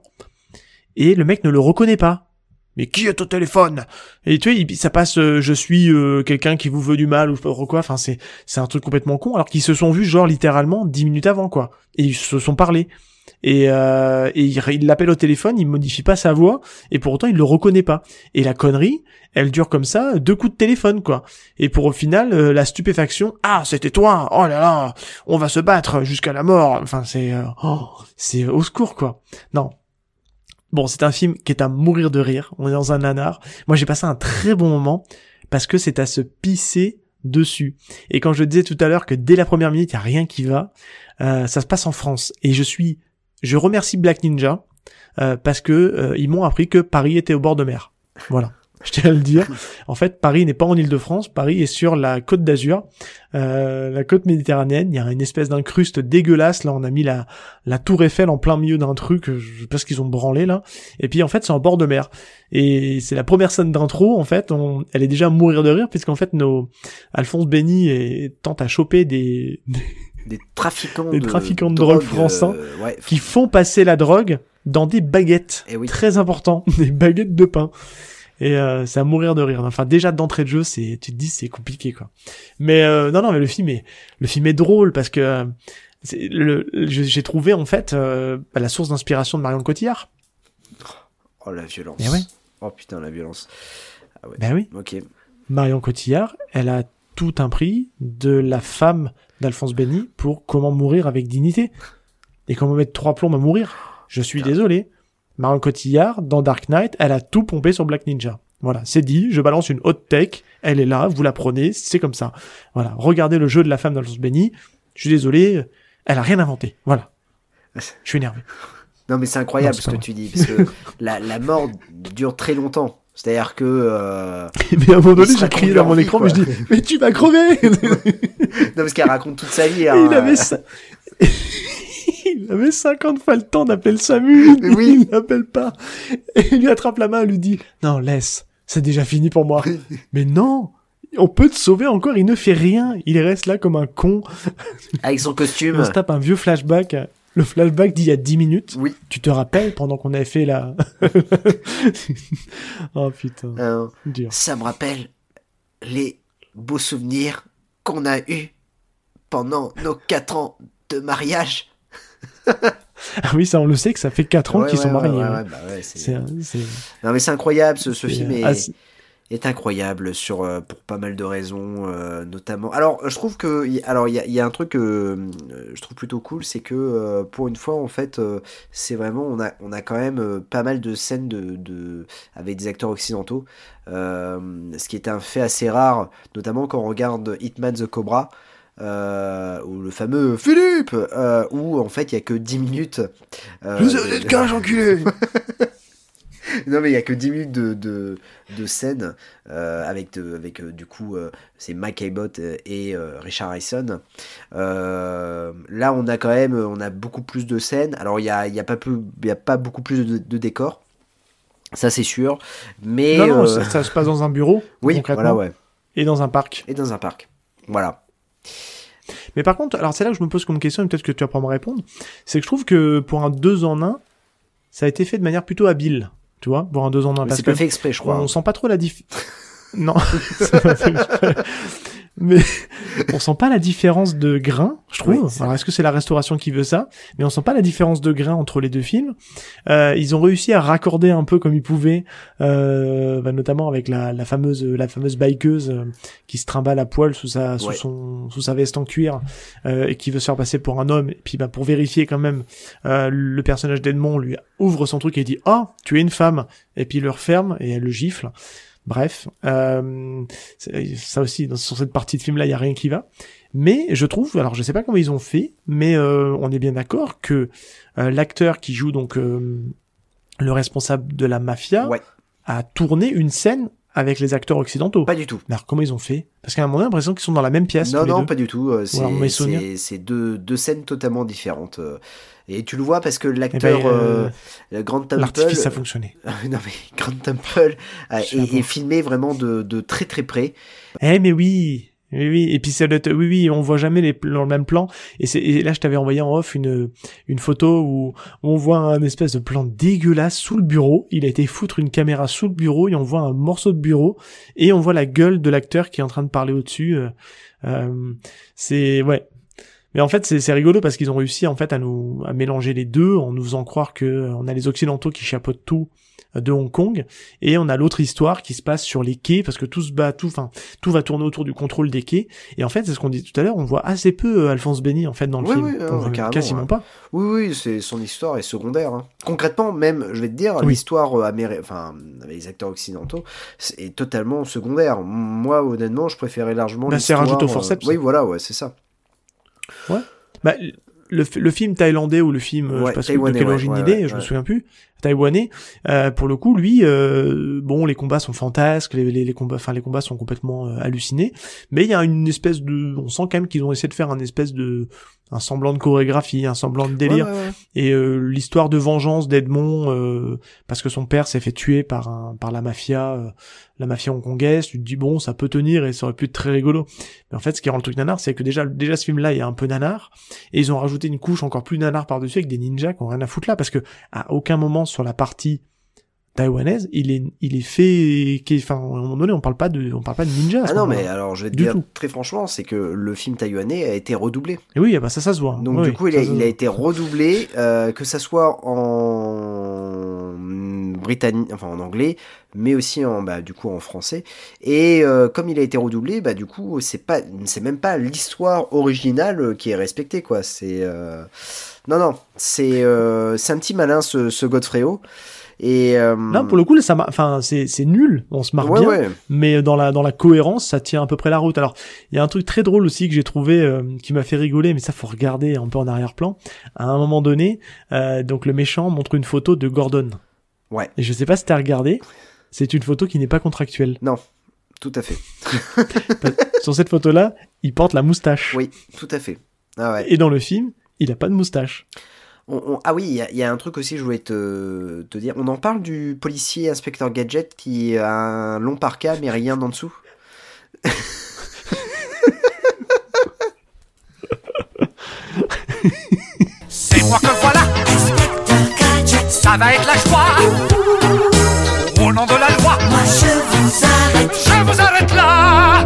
et le mec ne le reconnaît pas. Mais qui est au téléphone? Et tu sais, il, ça passe, euh, je suis euh, quelqu'un qui vous veut du mal ou quoi. Enfin, c'est c'est un truc complètement con. Alors qu'ils se sont vus genre littéralement dix minutes avant, quoi. Et ils se sont parlé. Et, euh, et il, il l'appelle au téléphone, il modifie pas sa voix, et pour autant il le reconnaît pas. Et la connerie, elle dure comme ça, deux coups de téléphone, quoi. Et pour au final, euh, la stupéfaction, ah, c'était toi, oh là là, on va se battre jusqu'à la mort. Enfin, c'est, euh, oh, c'est au secours, quoi. Non. Bon, c'est un film qui est à mourir de rire. On est dans un nanar. Moi, j'ai passé un très bon moment parce que c'est à se pisser dessus. Et quand je disais tout à l'heure que dès la première minute, il y a rien qui va, euh, ça se passe en France. Et je suis, je remercie Black Ninja euh, parce que euh, ils m'ont appris que Paris était au bord de mer. Voilà. Je tiens à le dire. En fait, Paris n'est pas en Île-de-France. Paris est sur la Côte d'Azur, euh, la côte méditerranéenne. Il y a une espèce d'incruste dégueulasse. Là, on a mis la, la Tour Eiffel en plein milieu d'un truc. Je sais pas ce qu'ils ont branlé là. Et puis, en fait, c'est en bord de mer. Et c'est la première scène d'intro. En fait, on, elle est déjà à mourir de rire puisqu'en fait, nos Alphonse Bény et, tente à choper des, des,
des trafiquants,
des
de,
trafiquants de
drogue,
drogue français
euh, ouais.
qui font passer la drogue dans des baguettes.
Et oui.
Très important, des baguettes de pain. Et euh, c'est à mourir de rire. Enfin, déjà d'entrée de jeu, c'est, tu te dis, c'est compliqué, quoi. Mais euh, non, non, mais le film est, le film est drôle parce que c'est le, j'ai trouvé en fait euh, la source d'inspiration de Marion Cotillard.
Oh la violence.
Et ouais.
Oh putain la violence. Ah ouais.
Ben oui.
Ok.
Marion Cotillard, elle a tout un prix de la femme d'Alphonse Bény pour comment mourir avec dignité et comment mettre trois plombs à mourir. Je suis putain. désolé. Marion Cotillard, dans Dark Knight, elle a tout pompé sur Black Ninja. Voilà, c'est dit, je balance une hot take, elle est là, vous la prenez, c'est comme ça. Voilà, regardez le jeu de la femme d'Alphonse Bény, je suis désolé, elle a rien inventé. Voilà. Je suis énervé.
Non, mais c'est incroyable
Non, c'est
ce que
pas
tu dis, parce que la, la mort dure très longtemps. C'est-à-dire que... Euh,
mais à un moment
ils
donné,
se
j'ai
racontent
crié
leur
dans mon
vie,
écran,
quoi.
mais je dis, mais tu vas crever.
Non, parce qu'elle raconte toute sa vie.
Et
Hein,
il avait ça. Il avait cinquante fois le temps d'appeler le SAMU.
Mais oui.
Il n'appelle pas. Et il lui attrape la main et lui dit, non, laisse. C'est déjà fini pour moi. Mais non. On peut te sauver encore. Il ne fait rien. Il reste là comme un con.
Avec son costume.
On se tape un vieux flashback. Le flashback d'il y a dix minutes.
Oui.
Tu te rappelles pendant qu'on avait fait la... Oh putain.
Euh,
Dur.
ça me rappelle les beaux souvenirs qu'on a eus pendant nos quatre ans de mariage.
Ah oui, ça on le sait que ça fait quatre ans
Ouais,
qu'ils
ouais,
sont
ouais,
mariés.
ouais,
hein.
ouais, bah ouais, c'est...
C'est, c'est...
Non mais c'est incroyable, ce, ce
c'est
film est,
assez-
est incroyable sur euh, pour pas mal de raisons, euh, notamment. Alors je trouve que y- alors il y a, il y a un truc que euh, je trouve plutôt cool, c'est que euh, pour une fois en fait euh, c'est vraiment on a on a quand même euh, pas mal de scènes de, de avec des acteurs occidentaux, euh, ce qui est un fait assez rare, notamment quand on regarde Hitman the Cobra. Euh, ou le fameux Philippe, euh, où en fait il y a que dix minutes. Euh,
Je vous ai donné de cage, enculé.
Non mais il y a que dix minutes de, de, de scène euh, avec, de, avec euh, du coup euh, c'est Mike Abbott et euh, Richard Harrison. Euh, là on a quand même on a beaucoup plus de scènes. Alors il y a, il y a pas plus il y a pas beaucoup plus de, de décors. Ça c'est sûr. Mais
Non, non,
euh,
ça, ça se passe dans un bureau,
oui
concrètement,
voilà ouais.
et dans un parc.
Et dans un parc. Voilà.
Mais par contre, alors c'est là que je me pose comme question, et peut-être que tu vas pas me répondre, c'est que je trouve que pour un deux en un, ça a été fait de manière plutôt habile, tu vois, pour un deux en un.
Mais
Parce
c'est
que
pas fait exprès je crois.
on sent pas trop la diff... Non, c'est pas fait exprès. Mais on sent pas la différence de grain, je trouve.
Oui, c'est
Alors est-ce que c'est la restauration qui veut ça? Mais on sent pas la différence de grain entre les deux films. Euh, ils ont réussi à raccorder un peu comme ils pouvaient, euh, bah, notamment avec la, la fameuse la fameuse bikeuse euh, qui se trimballe à poil sous sa sous
Ouais.
son sous sa veste en cuir euh, et qui veut se faire passer pour un homme. Et puis bah pour vérifier quand même, euh, le personnage d'Edmond lui ouvre son truc et dit ah oh, tu es une femme et puis il le referme et elle le gifle. Bref, euh, c'est- ça aussi, dans, sur cette partie de film-là, il y a rien qui va. Mais je trouve, alors je sais pas comment ils ont fait, mais euh, on est bien d'accord que euh, l'acteur qui joue donc euh, le responsable de la mafia
Ouais.
a tourné une scène avec les acteurs occidentaux.
Pas du tout.
Mais alors comment ils ont fait? Parce qu'à un moment, j'ai l'impression qu'ils sont dans la même pièce.
Non,
tous les
non,
deux.
pas du tout. euh,
alors, mes
C'est,
souvenirs.
c'est, c'est deux, deux scènes totalement différentes. euh. Et tu le vois parce que
Eh
l'acteur
ben, euh,
euh, Grant Temple,
L'artifice a fonctionné.
non mais Grant Temple euh,
Je suis
est,
d'accord.
est filmé vraiment de, de très très près.
Eh mais oui, oui oui. Et puis c'est le, oui oui, on voit jamais les plans- le même plan. Et c'est et là je t'avais envoyé en off une une photo où, où on voit un espèce de plan dégueulasse sous le bureau. Il a été foutre une caméra sous le bureau et on voit un morceau de bureau et on voit la gueule de l'acteur qui est en train de parler au-dessus. Euh, euh, c'est ouais. Mais en fait, c'est, c'est rigolo parce qu'ils ont réussi en fait à nous à mélanger les deux en nous faisant croire que euh, on a les occidentaux qui chapeautent tout euh, de Hong Kong et on a l'autre histoire qui se passe sur les quais parce que tout se bat, tout, enfin tout va tourner autour du contrôle des quais. Et en fait, c'est ce qu'on dit tout à l'heure, on voit assez peu euh, Alphonse Benny en fait dans le
Oui,
film,
oui,
On
euh,
voit
carrément,
quasiment
ouais.
pas.
Oui, oui, c'est son histoire est secondaire. Hein. Concrètement, même, je vais te dire,
Oui.
l'histoire euh, améri- enfin avec les acteurs occidentaux, c'est est totalement secondaire. M- Moi, honnêtement, je préférais largement
Bah, c'est
l'histoire.
rajouté au forceps.
Oui, voilà, ouais, c'est ça.
Bah, le, le film thaïlandais ou le film, euh, je
Ouais,
sais pas ce- de
taïwanais,
quelle
ouais,
origine
ouais,
il est,
ouais,
je me
ouais.
souviens plus, taïwanais, euh, pour le coup, lui, euh, bon, les combats sont fantasques, les, les, les combats, enfin, les combats sont complètement euh, hallucinés, mais il y a une espèce de, on sent quand même qu'ils ont essayé de faire un espèce de, un semblant de chorégraphie, un semblant de délire.
Ouais, ouais, ouais.
Et euh, l'histoire de vengeance d'Edmond, euh, parce que son père s'est fait tuer par un, par la mafia, euh, la mafia hongkongaise. Tu te dis bon, ça peut tenir et ça aurait pu être très rigolo. Mais en fait, ce qui rend le truc nanar, c'est que déjà, déjà ce film-là, il est un peu nanar, et ils ont rajouté une couche encore plus nanar par-dessus avec des ninjas qui ont rien à foutre là, parce que à aucun moment sur la partie taïwanaise, il est, il est fait, qui- enfin, à un moment donné, on parle pas de, on parle pas de ninja. à ce
Ah non,
moment-là.
mais alors je vais te
Du
dire
tout.
très franchement, c'est que le film taïwanais a été redoublé.
Et oui, bah ça, ça se voit.
Donc
Oui,
du
oui,
coup, il
ça
a,
se
il
voit.
a été redoublé, euh, que ça soit en britannique, enfin en anglais, mais aussi en bah du coup en français. Et euh, comme il a été redoublé, bah du coup, c'est pas, c'est même pas l'histoire originale qui est respectée, quoi. C'est euh, Non, non, c'est euh, c'est un petit malin ce, ce Godfreyo. Et euh...
non, pour le coup, là, ça, enfin, c'est c'est nul. On se marre
ouais,
bien,
ouais.
mais dans la dans la cohérence, ça tient à peu près la route. Alors, il y a un truc très drôle aussi que j'ai trouvé, euh, qui m'a fait rigoler, mais ça faut regarder un peu en arrière-plan. À un moment donné, euh, donc le méchant montre une photo de Gordon.
Ouais.
Et je sais pas si t'as regardé. C'est une photo qui n'est pas contractuelle.
Non, tout à fait.
Sur cette photo-là, il porte la moustache.
Oui, tout à fait. Ah ouais.
Et dans le film, il a pas de moustache.
On, on, ah oui, il y, y a un truc aussi, je voulais te, te dire. On en parle du policier inspecteur Gadget qui a un long parka mais rien en dessous.
C'est moi que voilà, inspecteur Gadget. Ça va être la joie. Au nom de la loi, moi je vous arrête. Je vous arrête là.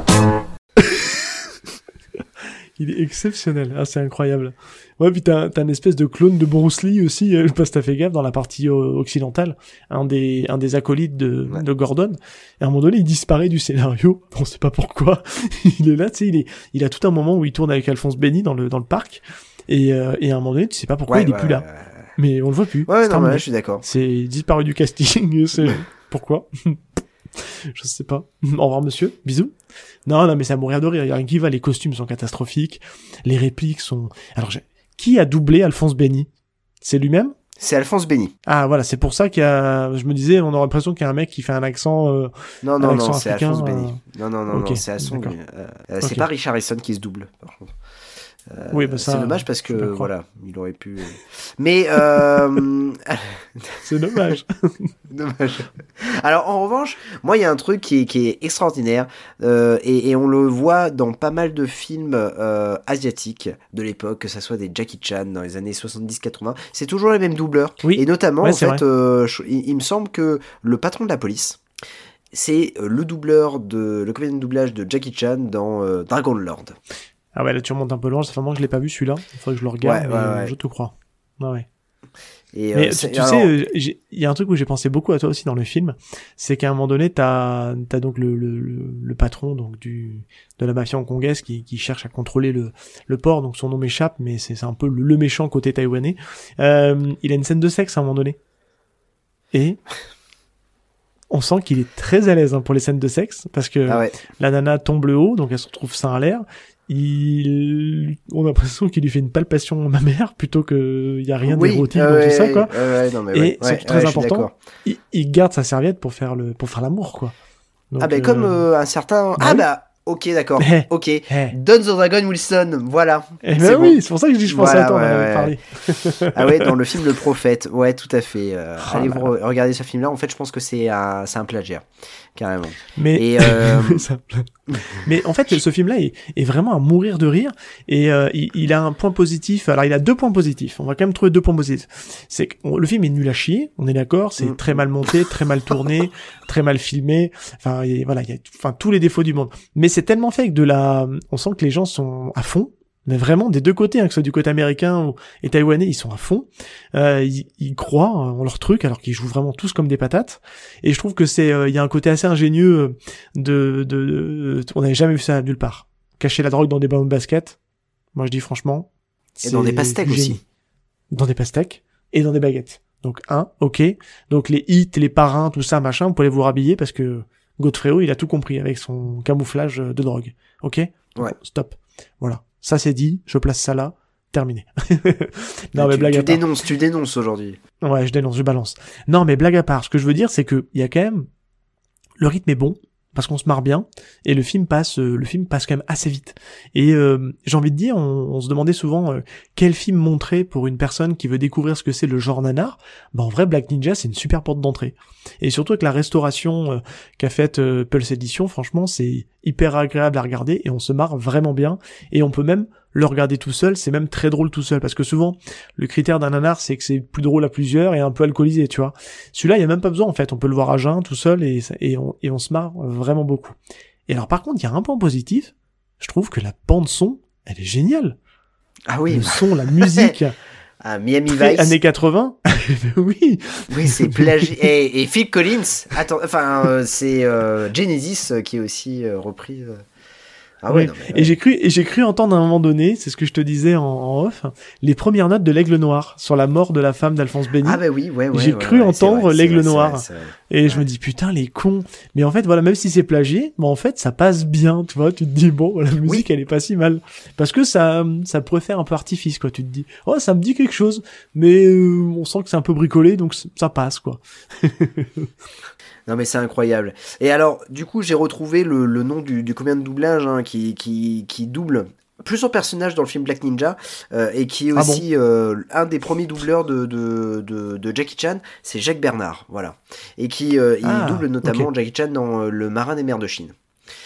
Il est exceptionnel, ah, c'est incroyable. Ouais, puis t'as, t'as une espèce de clone de Bruce Lee aussi, je sais pas si t'as fait gaffe, dans la partie euh, occidentale, un des, un des acolytes de, ouais. de Gordon. Et à un moment donné, il disparaît du scénario, on sait pas pourquoi. Il est là, tu sais, il est, il a tout un moment où il tourne avec Alphonse Benny dans le, dans le parc. Et, euh, et à un moment donné, tu sais pas pourquoi ouais, il est ouais, plus là. Ouais, ouais. Mais on le voit plus.
Ouais, non, mais je suis d'accord.
C'est disparu du casting, c'est, pourquoi? Je sais pas. Au revoir monsieur, bisous. Non, non, mais ça mourir de rire. Il y a rien qui va. Les costumes sont catastrophiques. Les répliques sont... Alors, j'ai... qui a doublé Alphonse Benny? C'est lui-même?
C'est Alphonse Benny.
Ah, voilà. C'est pour ça qu'il y a... Je me disais, on a l'impression qu'il y a un mec qui fait un accent euh,
Non, non,
un
non,
accent
c'est
africain,
Alphonse
euh...
Benny. Non, non, non,
okay.
non, c'est à son... Euh, euh, c'est
okay.
pas Richard Harrison qui se double, par contre. Euh,
oui, bah ça,
c'est dommage parce que voilà, il aurait pu. Mais euh...
c'est dommage.
Dommage. Alors en revanche, moi il y a un truc qui est, qui est extraordinaire euh, et, et on le voit dans pas mal de films euh, asiatiques de l'époque, que ça soit des Jackie Chan dans les années soixante-dix quatre-vingts. C'est toujours les mêmes doubleurs.
Oui.
Et notamment
ouais,
en fait, euh, je, il, il me semble que le patron de la police, c'est le doubleur de le comédien de doublage de Jackie Chan dans euh, Dragon Lord.
Ah ouais, là tu remontes un peu loin, ça fait un moment que je l'ai pas vu celui-là, il faudrait que je le regarde,
ouais,
mais
ouais,
euh,
ouais.
je te crois. Ah ouais.
Et
mais
euh,
tu, tu
alors...
sais, il y a un truc où j'ai pensé beaucoup à toi aussi dans le film, c'est qu'à un moment donné, t'as, t'as donc le, le, le, le patron donc du de la mafia hongkongaise qui, qui cherche à contrôler le, le port, donc son nom m'échappe, mais c'est, c'est un peu le, le méchant côté taïwanais. Euh, il a une scène de sexe à un moment donné. Et... on sent qu'il est très à l'aise hein, pour les scènes de sexe, parce que
ah ouais.
la nana tombe le haut, donc elle se retrouve sein à l'air. Il... on a l'impression qu'il lui fait une palpation mammaire plutôt que il y a rien
oui,
d'érotique
euh,
dans
ouais,
tout ça quoi.
Ouais, ouais, non, mais
et
ouais,
c'est
ouais,
très
ouais,
important. Il, il garde sa serviette pour faire le pour faire l'amour quoi. Donc,
ah ben bah,
euh...
comme euh, un certain
bah,
ah
oui.
bah ok d'accord
hey,
ok
hey.
Don the Dragon Wilson voilà.
Eh ben oui, bon. C'est pour ça que je dis je pense
voilà,
à toi
ouais,
on en avait
ouais.
parlé.
Ah ouais dans le film Le Prophète ouais tout à fait. Euh,
oh
allez
là.
vous re- regarder ce film là en fait je pense que c'est un c'est un plagiat carrément.
Mais
et euh...
mais en fait ce film là est, est vraiment à mourir de rire et euh, il, il a un point positif. Alors il a deux points positifs. On va quand même trouver deux points positifs. C'est que on, le film est nul à chier. On est d'accord. C'est mmh. très mal monté, très mal tourné, très mal filmé. Enfin et voilà il y a enfin tous les défauts du monde. Mais c'est tellement fait que de la, on sent que les gens sont à fond. Mais vraiment des deux côtés, hein, que ce soit du côté américain ou et taïwanais, ils sont à fond. Euh, ils, ils croient en leur truc, alors qu'ils jouent vraiment tous comme des patates. Et je trouve que c'est, il euh, y a un côté assez ingénieux de, de, de on n'avait jamais vu ça nulle part. Cacher la drogue dans des ballons de basket. Moi, je dis franchement.
Et dans des pastèques aussi.
Dans des pastèques et dans des baguettes. Donc un, ok. Donc les hits, les parrains, tout ça, machin, vous pouvez vous rhabiller parce que Godfreyo, il a tout compris avec son camouflage de drogue. Ok. Donc,
ouais.
Stop. Voilà. Ça c'est dit, je place ça là, terminé. non mais
tu,
blague
tu
à part.
dénonces, tu dénonces aujourd'hui.
Ouais, je dénonce, je balance. Non mais blague à part, ce que je veux dire c'est que il y a quand même le rythme est bon parce qu'on se marre bien et le film passe euh, le film passe quand même assez vite. Et euh, j'ai envie de dire on, on se demandait souvent euh, quel film montrer pour une personne qui veut découvrir ce que c'est le genre nanar. Bah en vrai Black Ninja c'est une super porte d'entrée. Et surtout avec la restauration euh, qu'a faite euh, Pulse Edition, franchement c'est hyper agréable à regarder et on se marre vraiment bien et on peut même le regarder tout seul, c'est même très drôle tout seul parce que souvent le critère d'un nanar c'est que c'est plus drôle à plusieurs et un peu alcoolisé, tu vois. Celui-là, il y a même pas besoin en fait, on peut le voir à jeun tout seul et et on et on se marre vraiment beaucoup. Et alors par contre, il y a un point positif, je trouve que la bande son, elle est géniale.
Ah oui,
le son, la musique
ah, Miami
Vice
années
quatre-vingts. oui.
Oui, c'est plagié et, et Phil Collins, attends enfin euh, c'est euh, Genesis qui est aussi euh, repris euh... Ah ouais,
ouais.
non, mais,
Et
ouais.
j'ai cru, et j'ai cru entendre à un moment donné, c'est ce que je te disais en, en off, les premières notes de l'Aigle Noir sur la mort de la femme d'Alphonse Bény.
Ah bah oui, ouais, ouais.
J'ai
ouais,
cru
ouais, c'est
entendre
vrai, c'est
l'Aigle
vrai, c'est
Noir.
vrai, c'est vrai.
Et
Ouais.
je me dis, putain, les cons. Mais en fait, voilà, même si c'est plagié, bah, en fait, ça passe bien, tu vois. Tu te dis, bon, la musique, elle est pas si mal. Parce que ça, ça pourrait faire un peu artifice, quoi. Tu te dis, oh, ça me dit quelque chose. Mais, euh, on sent que c'est un peu bricolé, donc c- ça passe, quoi.
Non mais c'est incroyable. Et alors, du coup, j'ai retrouvé le, le nom du, du comédien de doublage hein, qui, qui, qui double plusieurs personnages dans le film Black Ninja euh, et qui est
Ah
aussi euh, un des premiers doubleurs de, de, de, de Jackie Chan, c'est Jacques Bernard, voilà. Et qui euh, il
Ah,
double notamment
ok.
Jackie Chan dans euh, Le Marin des mers de Chine.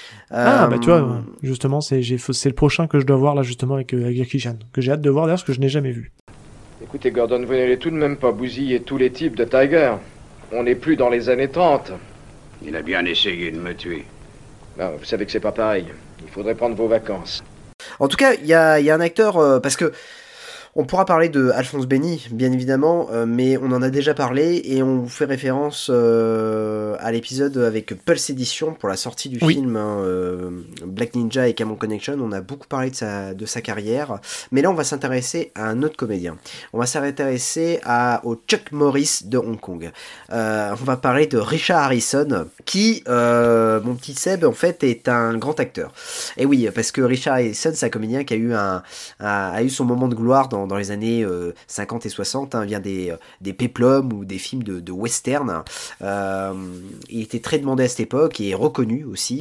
Ah,
Euh,
bah, tu vois, justement, c'est, j'ai, c'est le prochain que je dois voir, là, justement, avec, euh, avec Jackie Chan. Que j'ai hâte de voir, d'ailleurs, parce que je n'ai jamais vu.
Écoutez, Gordon, vous n'allez tout de même pas bousiller tous les types de Tiger. On n'est plus dans les années trente.
Il a bien essayé de me tuer.
Non, vous savez que c'est pas pareil. Il faudrait prendre vos vacances.
En tout cas, il y a, y a un acteur, euh, parce que on pourra parler de Alphonse Bény, bien évidemment, euh, mais on en a déjà parlé et on vous fait référence euh, à l'épisode avec Pulse Edition pour la sortie du
Oui.
film hein, euh, Black Ninja et Camon Connection. On a beaucoup parlé de sa, de sa carrière, mais là on va s'intéresser à un autre comédien. On va s'intéresser à, au Chuck Norris de Hong Kong. Euh, on va parler de Richard Harrison, qui, euh, mon petit Seb, en fait, est un grand acteur. Et oui, parce que Richard Harrison, c'est un comédien qui a eu, un, a, a eu son moment de gloire dans, dans les années euh, cinquante et soixante, hein, vient des, des péplums ou des films de, de western. Euh, il était très demandé à cette époque et reconnu aussi.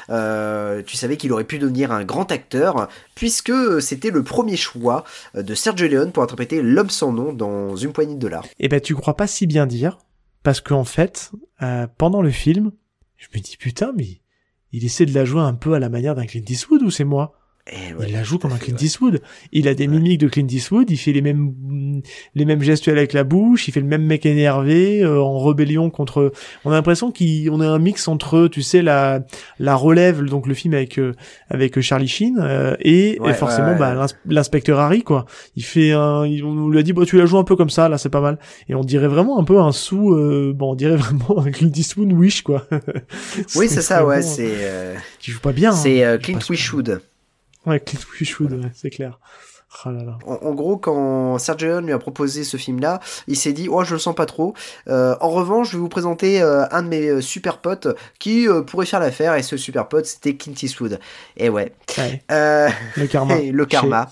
Euh, tu savais qu'il aurait pu devenir un grand acteur, puisque c'était le premier choix de Sergio Leone pour interpréter l'homme sans nom dans Une poignée de dollars.
Eh ben, tu crois pas si bien dire, parce qu'en fait, euh, pendant le film, je me dis, putain, mais il essaie de la jouer un peu à la manière d'un Clint Eastwood, ou c'est moi?
Eh ouais,
il la joue comme un
fait,
Clint
ouais.
Eastwood. Il a des
Ouais.
mimiques de Clint Eastwood, il fait les mêmes les mêmes gestuels avec la bouche, il fait le même mec énervé, euh, en rébellion contre... On a l'impression qu'on a un mix entre, tu sais, la la relève, donc le film avec euh, avec Charlie Sheen, euh, et,
Ouais,
et forcément
ouais, ouais.
bah, l'ins- l'inspecteur Harry, quoi. Il fait un... il- On lui a dit, bah, tu la joues un peu comme ça, là, c'est pas mal. Et on dirait vraiment un peu un sous... Euh, bon, on dirait vraiment un Clint Eastwood Wish, quoi.
Oui, c'est ça, ouais,
vraiment-
c'est... Euh,
Qui joue pas bien.
c'est
hein.
euh,
Il
Clint
passe pas.
Eastwood.
Ouais, Clint Eastwood, ouais, c'est clair. Oh là là.
En, en gros, quand Sergio Leone lui a proposé ce film-là, il s'est dit « Oh, je le sens pas trop. Euh, en revanche, je vais vous présenter euh, un de mes euh, super potes qui euh, pourrait faire l'affaire. » Et ce super pote, c'était Clint Eastwood. Et ouais.
Ouais.
Euh,
Le karma.
le karma.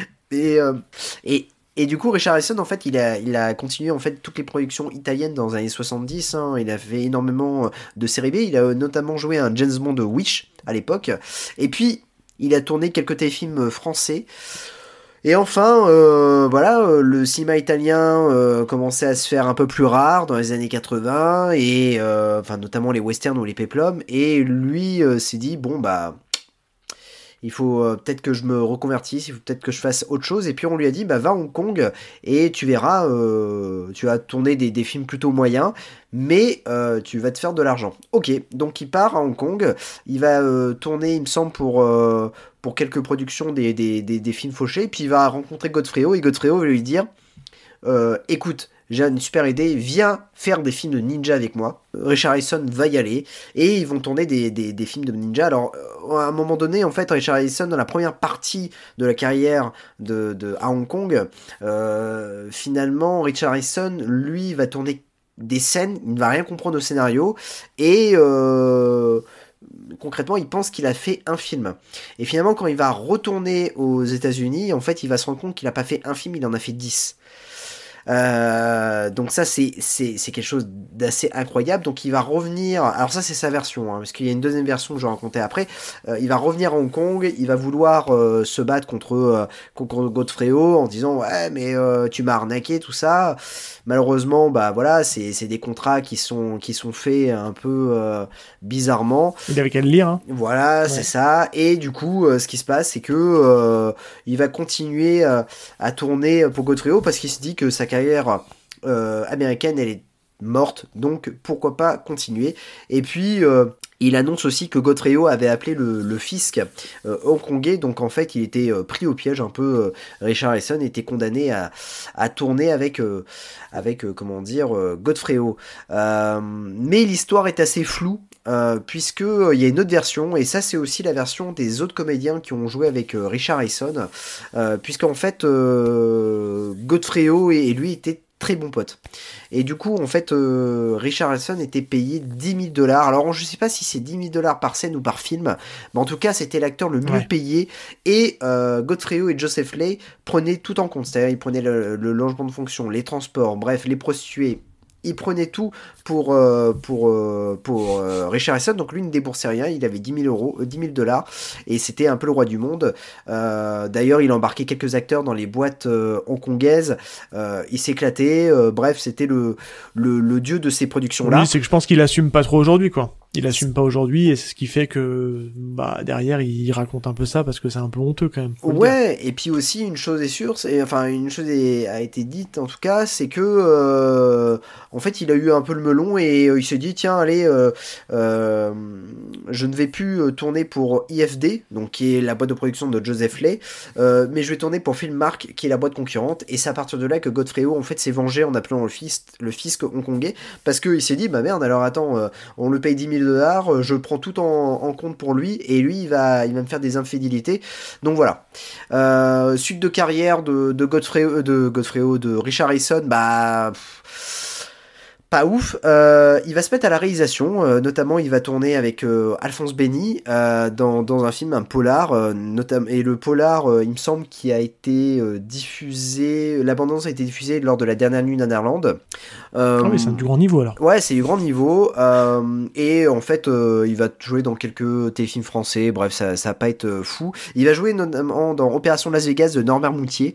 Et, euh, et, et du coup, Richard Harrison, en fait, il a, il a continué en fait toutes les productions italiennes dans les années soixante-dix. Hein. Il a fait énormément de séries B. Il a notamment joué un James Bond Wish à l'époque. Et puis, il a tourné quelques téléfilms français. Et enfin, euh, voilà, euh, le cinéma italien euh, commençait à se faire un peu plus rare dans les années quatre-vingts, et euh, enfin notamment les westerns ou les péplums. Et lui euh, s'est dit bon bah il faut euh, peut-être que je me reconvertisse, il faut peut-être que je fasse autre chose. Et puis on lui a dit bah va à Hong Kong et tu verras, euh, tu vas tourner des, des films plutôt moyens, mais euh, tu vas te faire de l'argent. Ok, donc il part à Hong Kong, il va euh, tourner, il me semble, pour euh, pour quelques productions des, des, des, des films fauchés, et puis il va rencontrer Godfredo, et Godfredo va lui dire euh, écoute, j'ai une super idée, viens faire des films de ninja avec moi. Richard Harrison va y aller, et ils vont tourner des, des, des films de ninja. Alors, à un moment donné, en fait, Richard Harrison, dans la première partie de la carrière de, de, à Hong Kong, euh, finalement, Richard Harrison, lui, va tourner des scènes, il ne va rien comprendre au scénario, et... Euh, concrètement, il pense qu'il a fait un film. Et finalement, quand il va retourner aux États-Unis, en fait, il va se rendre compte qu'il n'a pas fait un film, il en a fait dix. Euh, donc ça c'est, c'est, c'est quelque chose d'assez incroyable. Donc il va revenir, alors ça c'est sa version, hein, parce qu'il y a une deuxième version que je vais raconter après. Euh, il va revenir à Hong Kong, il va vouloir euh, se battre contre, euh, contre Godfredo en disant ouais mais euh, tu m'as arnaqué tout ça. Malheureusement bah voilà c'est, c'est des contrats qui sont, qui sont faits un peu euh, bizarrement.
Il avait qu'à le lire. Hein.
Voilà, ouais. C'est ça. Et du coup, euh, ce qui se passe, c'est que euh, il va continuer euh, à tourner pour Godfredo parce qu'il se dit que sa carrière euh, américaine, elle est morte. Donc, pourquoi pas continuer. Et puis, euh, il annonce aussi que Godfredo avait appelé le, le fisc euh, hongkongais. Donc, en fait, il était euh, pris au piège un peu. Euh, Richard Harrison était condamné à, à tourner avec, euh, avec euh, comment dire, euh, Godfredo. Euh, mais l'histoire est assez floue. euh, puisque euh, il y a une autre version, et ça c'est aussi la version des autres comédiens qui ont joué avec euh, Richard Harrison, euh, puisqu'en fait euh, Godfredo et, et lui étaient très bons potes. Et du coup, en fait, euh, Richard Harrison était payé dix mille dollars. Alors, je sais pas si c'est dix mille dollars par scène ou par film, mais en tout cas, c'était l'acteur le mieux
Ouais.
payé. Et euh, Godfredo et Joseph Leigh prenaient tout en compte. C'est-à-dire, ils prenaient le, le logement de fonction, les transports, bref, les prostituées. Ils prenaient tout pour, euh, pour, euh, pour euh, Richard Harrison. Donc lui, il ne déboursait rien. Il avait dix mille euros, euh, dix mille dollars. Et c'était un peu le roi du monde. Euh, d'ailleurs, il a embarqué quelques acteurs dans les boîtes euh, hongkongaises. Euh, il s'éclatait. Euh, bref, c'était le, le, le dieu de ces productions-là.
Oui, c'est que je pense qu'il assume pas trop aujourd'hui, quoi. Il assume pas aujourd'hui, et c'est ce qui fait que, bah, derrière, il raconte un peu ça parce que c'est un peu honteux, quand même. faut le dire.
Ouais, et puis aussi, une chose est sûre, c'est, enfin, une chose est- a été dite, en tout cas, c'est que, euh, en fait, il a eu un peu le melon et euh, il s'est dit, tiens, allez, euh, euh, je ne vais plus euh, tourner pour I F D, donc qui est la boîte de production de Joseph Leigh, euh, mais je vais tourner pour Filmmark, qui est la boîte concurrente, et c'est à partir de là que Godfredo, en fait, s'est vengé en appelant le, fils, le fisc hongkongais, parce qu'il s'est dit, bah merde, alors attends, euh, on le paye dix mille dollars, euh, je prends tout en, en compte pour lui, et lui, il va, il va me faire des infidélités. Donc voilà. Euh, suite de carrière de, de Godfredo, de Godfredo, de Richard Harrison, bah... pff, pas ouf. Euh, il va se mettre à la réalisation, euh, notamment il va tourner avec euh, Alphonse Benny euh, dans, dans un film, un polar, euh, notam- et le polar, euh, il me semble, qui a été euh, diffusé, l'abondance a été diffusée lors de la dernière nuit en Irlande. Euh,
Ah oui, c'est du grand niveau, alors.
Ouais, c'est du grand niveau. Euh, et en fait, euh, il va jouer dans quelques téléfilms français. Bref, ça, ça va pas être euh, fou. Il va jouer notamment dans Opération Las Vegas de Norbert Moutier.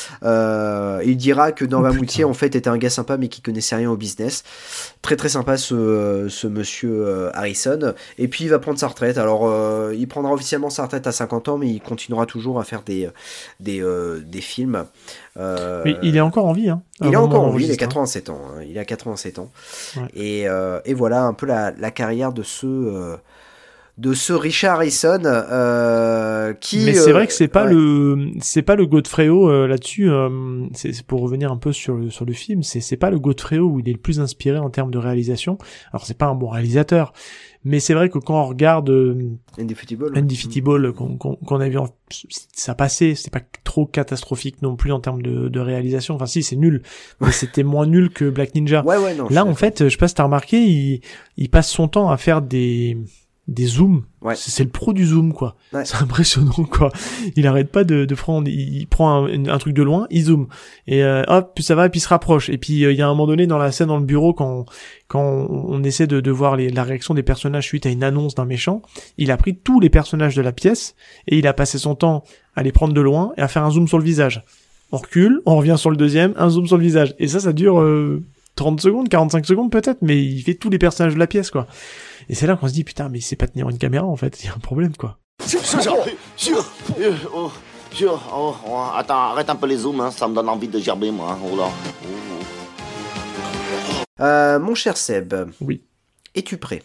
Euh, il dira que Norbert
Oh, putain.
Moutier, en fait, était un gars sympa, mais qui connaissait rien au business. Très très sympa ce, ce monsieur euh, Harrison. Et puis il va prendre sa retraite. Alors, euh, il prendra officiellement sa retraite à cinquante ans, mais il continuera toujours à faire des, des, euh, des films. Euh,
Mais il est encore en vie, hein.
il
au
est
moment
encore
où on
en vie, il a
enregistre, hein.
quatre-vingt-sept ans. hein. Il a quatre-vingt-sept ans.
Ouais.
Et, euh, et voilà un peu la, la carrière de ce, euh, de ce Richard Harrison euh, qui.
Mais c'est
euh,
vrai que c'est pas
ouais.
le, c'est pas le Godfredo euh, là-dessus. euh, c'est c'est pour revenir un peu sur le sur le film. C'est c'est pas le Godfredo où il est le plus inspiré en termes de réalisation. Alors c'est pas un bon réalisateur, mais c'est vrai que quand on regarde euh,
Indefeasible.
Indefeasible qu'on qu'on qu'on a vu, en, ça passait. C'est pas trop catastrophique non plus en termes de, de réalisation. Enfin si, c'est nul, mais c'était moins nul que Black Ninja.
Ouais, ouais, non, je
Là
suis
en fait, je sais pas si t'as remarqué, il il passe son temps à faire des des zooms.
Ouais.
C'est c'est le pro du zoom, quoi.
Ouais.
C'est impressionnant, quoi. Il arrête pas de, de prendre, il, il prend un, un truc de loin, il zoome. Et euh, hop, puis ça va, puis il se rapproche. Et puis euh, il y a un moment donné dans la scène dans le bureau, quand quand on, on essaie de, de voir les, la réaction des personnages suite à une annonce d'un méchant, il a pris tous les personnages de la pièce et il a passé son temps à les prendre de loin et à faire un zoom sur le visage. On recule, on revient sur le deuxième, un zoom sur le visage. Et ça, ça dure euh, trente secondes, quarante-cinq secondes peut-être, mais il fait tous les personnages de la pièce, quoi. Et c'est là qu'on se dit, putain, mais il sait pas tenir une caméra, en fait. Il y a un problème, quoi.
Jure, jure, euh, oh, jure, oh, oh, attends, arrête un peu les zooms, hein, ça me donne envie de gerber, moi. Oh là. Oh.
Euh, mon cher Seb.
Oui.
Es-tu prêt?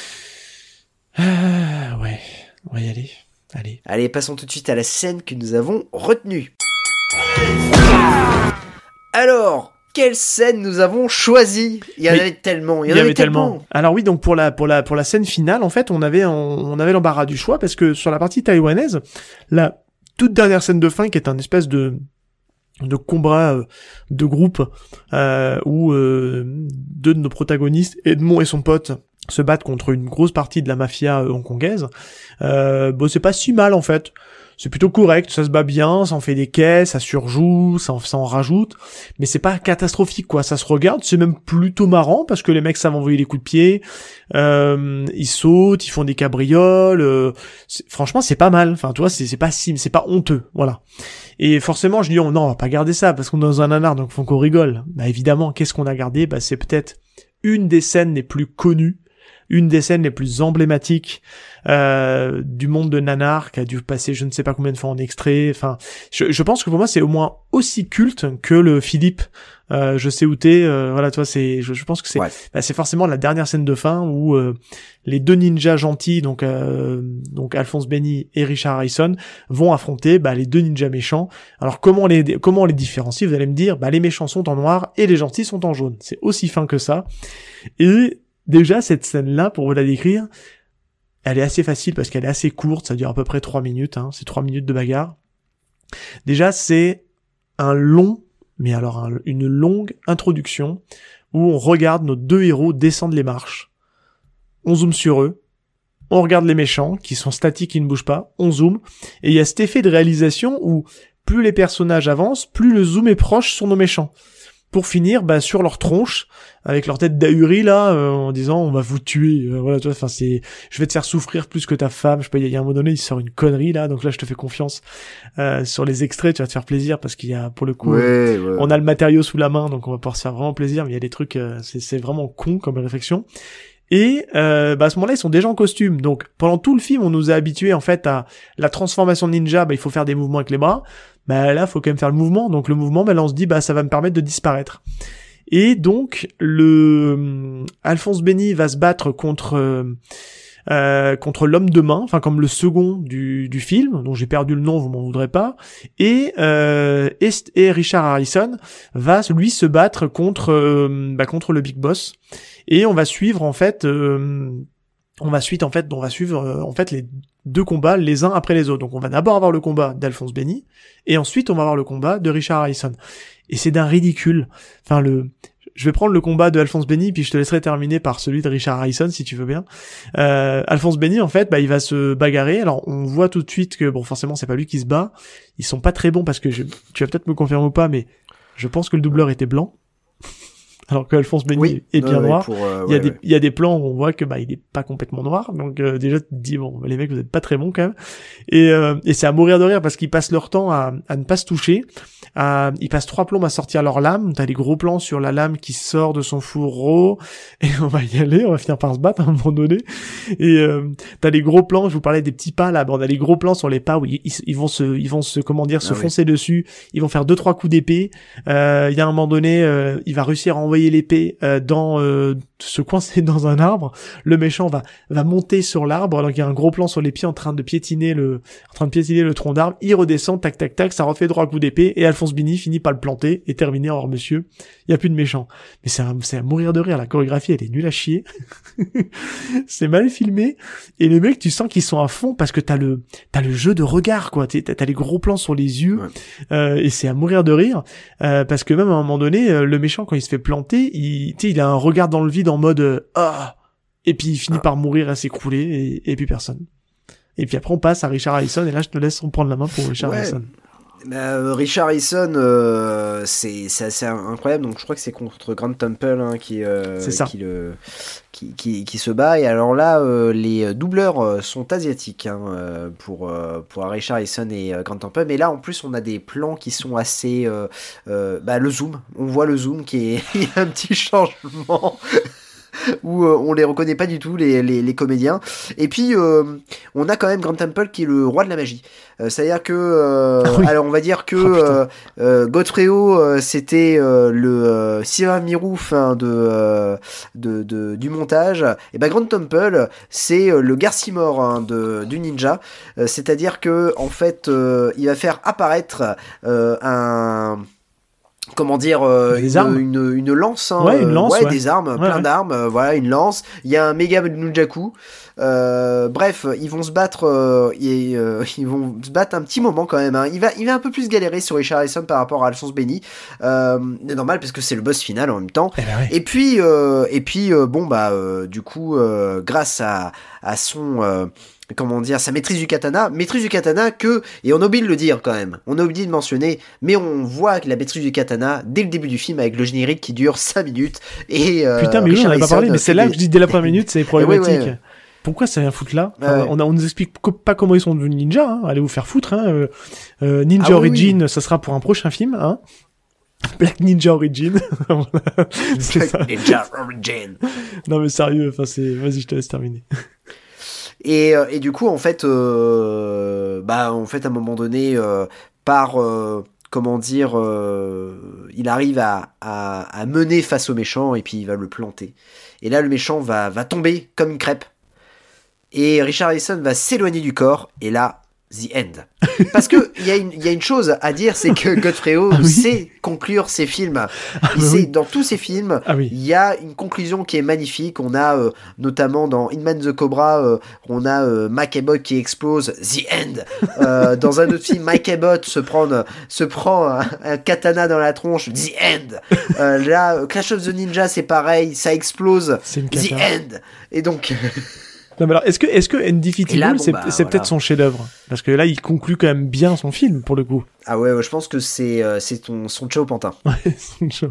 Ah, ouais, on va y aller. Allez.
Allez, passons tout de suite à la scène que nous avons retenue. Alors, quelle scène nous avons choisie? Il y en
Oui.
avait tellement, il y en
Il y
avait,
avait tellement. Alors oui, donc pour la pour la pour la scène finale, en fait, on avait on, on avait l'embarras du choix parce que sur la partie taïwanaise, la toute dernière scène de fin qui est un espèce de de combat euh, de groupe euh, où euh, deux de nos protagonistes, Edmond et son pote, se battent contre une grosse partie de la mafia euh, hongkongaise. Euh, bon, c'est pas si mal en fait. C'est plutôt correct, ça se bat bien, ça en fait des caisses, ça surjoue, ça en, ça en rajoute, mais c'est pas catastrophique, quoi. Ça se regarde, c'est même plutôt marrant parce que les mecs savent envoyer les coups de pied, euh, ils sautent, ils font des cabrioles. Euh, c'est, franchement, c'est pas mal. Enfin, tu vois, c'est, c'est pas si, c'est pas honteux, voilà. Et forcément, je dis, oh, non, on va pas garder ça parce qu'on est dans un nanar, donc faut qu'on rigole. Bah évidemment, qu'est-ce qu'on a gardé? Bah c'est peut-être une des scènes les plus connues, une des scènes les plus emblématiques euh, du monde de nanar, qui a dû passer je ne sais pas combien de fois en extrait. Enfin, je, je pense que pour moi c'est au moins aussi culte que le Philippe. Euh, je sais où t'es. Euh, voilà, toi, c'est. Je, je pense que c'est.
Ouais.
Bah, c'est forcément la dernière scène de fin où euh, les deux ninjas gentils, donc euh, donc Alphonse Benny et Richard Harrison, vont affronter bah, les deux ninjas méchants. Alors comment les comment on les différencie? Vous allez me dire, bah les méchants sont en noir et les gentils sont en jaune. C'est aussi fin que ça. Et déjà, cette scène-là, pour vous la décrire, elle est assez facile parce qu'elle est assez courte, ça dure à peu près trois minutes, hein, c'est trois minutes de bagarre. Déjà, c'est un long, mais alors un, une longue introduction où on regarde nos deux héros descendre les marches. On zoome sur eux, on regarde les méchants qui sont statiques, qui ne bougent pas, on zoome, et il y a cet effet de réalisation où plus les personnages avancent, plus le zoom est proche sur nos méchants. Pour finir, bah, sur leur tronche, avec leur tête d'ahurie, là, euh, en disant, on va vous tuer, euh, voilà, tu vois, enfin, c'est, je vais te faire souffrir plus que ta femme, je sais pas, il y, y a un moment donné, il sort une connerie, là, donc là, je te fais confiance, euh, sur les extraits, tu vas te faire plaisir, parce qu'il y a, pour le coup,
ouais,
euh,
ouais.
on a le matériau sous la main, donc on va pouvoir se faire vraiment plaisir, mais il y a des trucs, euh, c'est, c'est vraiment con comme réflexion. Et euh, bah à ce moment-là, ils sont déjà en costume. Donc pendant tout le film, on nous a habitués en fait à la transformation de ninja. Bah il faut faire des mouvements avec les bras. Bah là, faut quand même faire le mouvement. Donc le mouvement, bah là on se dit bah ça va me permettre de disparaître. Et donc le euh, Alphonse Béni va se battre contre euh, euh, contre l'homme de main, enfin comme le second du du film, dont j'ai perdu le nom, vous m'en voudrez pas. Et euh, et, et Richard Harrison va lui se battre contre euh, bah contre le Big Boss. Et on va suivre en fait, euh, on va suivre en fait, on va suivre euh, en fait les deux combats les uns après les autres. Donc on va d'abord avoir le combat d'Alphonse Béni et ensuite on va avoir le combat de Richard Harrison. Et c'est d'un ridicule. Enfin le, je vais prendre le combat de Alphonse Béni puis je te laisserai terminer par celui de Richard Harrison si tu veux bien. Euh, Alphonse Béni en fait, bah il va se bagarrer. Alors on voit tout de suite que bon forcément c'est pas lui qui se bat. Ils sont pas très bons parce que je, tu vas peut-être me confirmer ou pas, mais je pense que le doubleur était blanc. Alors que Alphonse Béni
oui,
est bien
ouais,
noir.
pour, euh,
il y a
ouais,
des,
ouais.
il y a des plans où on voit que, bah, il est pas complètement noir. Donc, euh, déjà, tu te dis, bon, les mecs, vous êtes pas très bons, quand même. Et, euh, et c'est à mourir de rire parce qu'ils passent leur temps à, à ne pas se toucher. À, ils passent trois plombs à sortir leur lame. T'as des gros plans sur la lame qui sort de son fourreau. Et on va y aller, on va finir par se battre à un moment donné. Et, euh, t'as des gros plans, je vous parlais des petits pas, là. Bon, on a les gros plans sur les pas où ils, ils, ils vont se, ils vont se, comment dire, se
ah,
foncer
oui.
dessus. Ils vont faire deux, trois coups d'épée. Euh, il y a un moment donné, euh, il va réussir à envoyer l'épée, euh, dans euh, se coincer dans un arbre. Le méchant va va monter sur l'arbre, alors qu'il y a un gros plan sur les pieds en train de piétiner le en train de piétiner le tronc d'arbre. Il redescend, tac tac tac, ça refait droit coup d'épée et Alphonse Béni finit par le planter et terminé. Alors monsieur, il y a plus de méchant. Mais c'est un, c'est à mourir de rire. La chorégraphie elle est nulle à chier. C'est mal filmé et les mecs tu sens qu'ils sont à fond parce que t'as le t'as le jeu de regard quoi. T'as, t'as les gros plans sur les yeux. Ouais. Euh, et c'est à mourir de rire euh, parce que même à un moment donné le méchant quand il se fait planter il il a un regard dans le vide en mode euh, ah et puis il finit ah. par mourir à s'écrouler et, et puis personne. Et puis après on passe à Richard Harrison et là je te laisse reprendre la main pour Richard
ouais.
Harrison.
Bah, Richard Harrison, euh, c'est, c'est assez incroyable. Donc je crois que c'est contre Grant Temple hein, qui, euh,
c'est ça.
Qui, le, qui, qui, qui se bat. Et alors là, euh, les doubleurs sont asiatiques hein, pour, pour Richard Harrison et Grant Temple. Mais là, en plus, on a des plans qui sont assez... Euh, euh, bah, le zoom, on voit le zoom qui est... Il y a un petit changement... où euh, on les reconnaît pas du tout les, les, les comédiens et puis euh, on a quand même Grant Temple qui est le roi de la magie euh, c'est à dire que euh, ah oui. alors on va dire que oh, euh, euh, Godfreyo euh, c'était euh, le euh, Sylvain Mirouf hein, de, euh, de, de du montage et ben Grant Temple c'est euh, le Garcimore hein, de du ninja euh, c'est à dire que en fait euh, il va faire apparaître euh, un comment dire euh, une, une, une lance hein,
ouais une lance
ouais,
ouais.
des armes
ouais,
plein
ouais.
d'armes euh, voilà une lance il y a un méga nunjaku euh, bref ils vont se battre euh, et, euh, ils vont se battre un petit moment quand même hein. il va il va un peu plus galérer sur Richard Harrison par rapport à Alphonse Béni euh, c'est normal parce que c'est le boss final en même temps
eh ben ouais.
et puis euh, et puis euh, bon bah euh, du coup euh, grâce à à son euh, comment dire, sa maîtrise du katana, maîtrise du katana que, et on a oublié de le dire quand même, on a oublié de mentionner, mais on voit la maîtrise du katana dès le début du film avec le générique qui dure cinq minutes, et euh,
putain mais oui, on n'avait pas parlé, mais c'est là des... que je dis dès la première minute, c'est problématique. Ouais, ouais. Pourquoi ça vient foutre là enfin, ouais. On, a, on nous explique pas comment ils sont devenus ninja, hein. Allez vous faire foutre, hein. euh, euh, Ninja ah, Origin, oui, oui. Ça sera pour un prochain film, hein. Black Ninja Origin.
Black ça. Ninja Origin.
Non mais sérieux, enfin c'est, vas-y je te laisse terminer.
Et, et du coup, en fait, euh, bah, en fait, à un moment donné, euh, par, euh, comment dire, euh, il arrive à, à, à mener face au méchant et puis il va le planter. Et là, le méchant va, va tomber comme une crêpe. Et Richard Harrison va s'éloigner du corps. Et là, The End. Parce que il y a une il y a une chose à dire, c'est que Godfrey Ho ah oui sait conclure ses films. Ah il bah sait oui. Dans tous ses films, ah oui. il y a une conclusion qui est magnifique. On a euh, notamment dans Hitman the Cobra, euh, on a euh, Mike Abbott qui explose, The End. Euh, dans un autre film, Mike Abbott se prend se prend un, un katana dans la tronche, The End. Euh, là, Clash of the Ninja, c'est pareil, ça explose, The End. Et donc
non, mais alors, est-ce que, est-ce que Indefeatable, là, bon, c'est, bah, c'est voilà. peut-être son chef-d'œuvre? Parce que là, il conclut quand même bien son film, pour le coup.
Ah ouais, ouais je pense que c'est, euh, c'est ton, son Chao Pantin.
Ouais, son Chao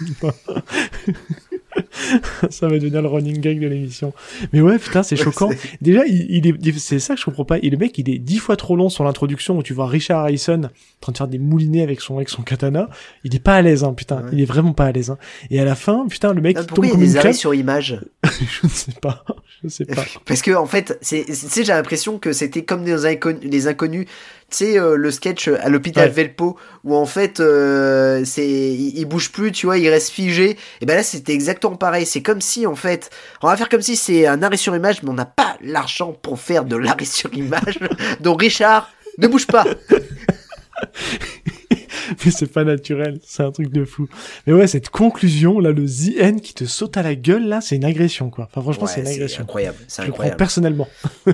Ça va devenir le running gag de l'émission. Mais ouais, putain, c'est ouais, choquant. C'est... Déjà, il, il est, c'est ça que je comprends pas. Et le mec, il est dix fois trop long sur l'introduction où tu vois Richard Harrison en train de faire des moulinets avec son, avec son katana. Il est pas à l'aise, hein, putain. Ouais. Il est vraiment pas à l'aise, hein. Et à la fin, putain, le mec,
non, il tombe comme une crêpe. Pourquoi il y a des arrêts sur image?
Je ne sais pas. Je sais pas.
Parce que, en fait, c'est, tu sais, j'ai l'impression que c'était comme des inconnus, les inconnus. Tu sais, euh, le sketch à l'hôpital ouais. Velpo, où en fait, euh, c'est, il, il bouge plus, tu vois, il reste figé. Et ben là, c'était exactement pareil. C'est comme si, en fait, on va faire comme si c'est un arrêt sur image, mais on n'a pas l'argent pour faire de l'arrêt sur image. Donc, Richard, ne bouge pas.
Mais c'est pas naturel, c'est un truc de fou. Mais ouais, cette conclusion, là, le The End qui te saute à la gueule, là, c'est une agression, quoi. Enfin, franchement, ouais, c'est une agression.
C'est incroyable, c'est
Je
incroyable.
Le prends personnellement.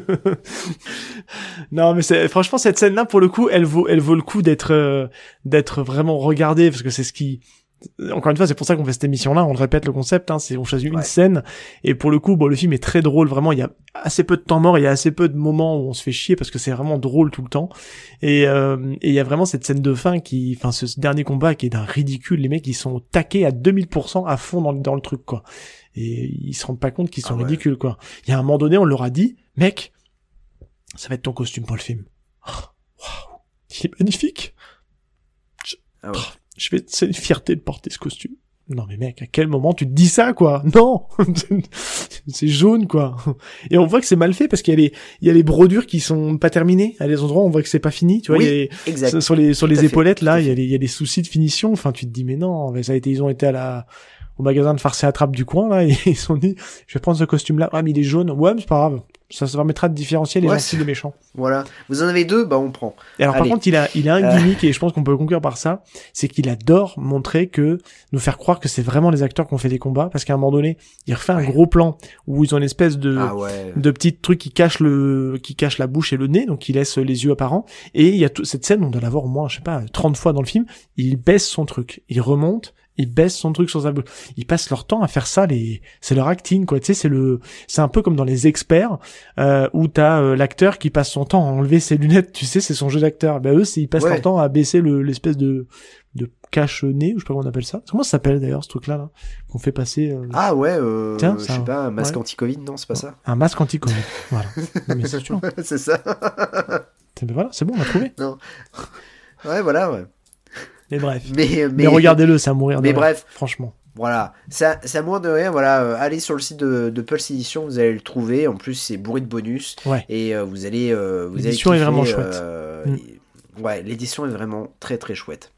Non, mais c'est, franchement, cette scène-là, pour le coup, elle vaut, elle vaut le coup d'être, euh, d'être vraiment regardée, parce que c'est ce qui, encore une fois, c'est pour ça qu'on fait cette émission-là, on le répète le concept, hein, c'est, on choisit une ouais. scène, et pour le coup, bon, le film est très drôle, vraiment, il y a assez peu de temps mort, il y a assez peu de moments où on se fait chier, parce que c'est vraiment drôle tout le temps, et, euh, et il y a vraiment cette scène de fin qui, enfin, ce dernier combat qui est d'un ridicule, les mecs, ils sont taqués à deux mille pour cent à fond dans, dans le truc, quoi. Et ils se rendent pas compte qu'ils sont ah ouais. ridicules, quoi. Il y a un moment donné, on leur a dit, mec, ça va être ton costume pour le film. Oh, waouh, il est magnifique. Je... Ah ouais. Je vais, c'est une fierté de porter ce costume. Non mais mec, à quel moment tu te dis ça, quoi? Non! C'est jaune, quoi. Et on voit que c'est mal fait parce qu'il y a les, il y a les brodures qui sont pas terminées. À des endroits, on voit que c'est pas fini. Tu vois,
oui,
il y a les,
exact.
Sur les, sur les
tout
épaulettes,
fait,
là, il y a les, il y a des soucis de finition. Enfin, tu te dis, mais non, ça a été, ils ont été à la, au magasin de farce et attrape du coin, là, et ils se sont dit, je vais prendre ce costume-là. Ah, mais il est jaune. Ouais, mais c'est pas grave. Ça, ça permettra de différencier les ouais, gentils des méchants.
Voilà. Vous en avez deux, bah on prend.
Et alors Allez. Par contre, il a, il a un gimmick euh... et je pense qu'on peut conclure par ça, c'est qu'il adore montrer que, nous faire croire que c'est vraiment les acteurs qui ont fait des combats, parce qu'à un moment donné, il refait ouais. un gros plan où ils ont une espèce de,
ah ouais.
de petits trucs qui cachent le, qui cachent la bouche et le nez, donc qui laissent les yeux apparents. Et il y a toute cette scène, on doit la voir au moins, je sais pas, trente fois dans le film, il baisse son truc, il remonte, ils baissent son truc sur sa bouche. Ils passent leur temps à faire ça, les, c'est leur acting, quoi. Tu sais, c'est le, c'est un peu comme dans Les Experts, euh, où t'as euh, l'acteur qui passe son temps à enlever ses lunettes, tu sais, c'est son jeu d'acteur. Ben eux, c'est, ils passent ouais. leur temps à baisser le, l'espèce de, de cache-nez, ou je sais pas comment on appelle ça. Comment ça s'appelle d'ailleurs, ce truc-là, là, qu'on fait passer, euh...
Ah ouais, euh, Tiens, je sais un... pas, un masque ouais. anti-Covid, non, c'est pas ça?
Un masque anti-Covid, voilà. Non, mais c'est sûr.
C'est ça.
Ben voilà, c'est bon, on a trouvé.
Non. Ouais, voilà, ouais.
Mais bref.
Mais, mais,
mais regardez-le, c'est à mourir de
mais
rire.
bref.
Franchement.
Voilà. C'est à mourir de rire. Voilà. Euh, allez sur le site de, de Pulse Edition, vous allez le trouver. En plus, c'est bourré de bonus.
Ouais.
Et euh, vous allez, euh, vous
l'édition
allez
est vraiment
euh,
chouette.
Mm. Et, ouais, l'édition est vraiment très très chouette.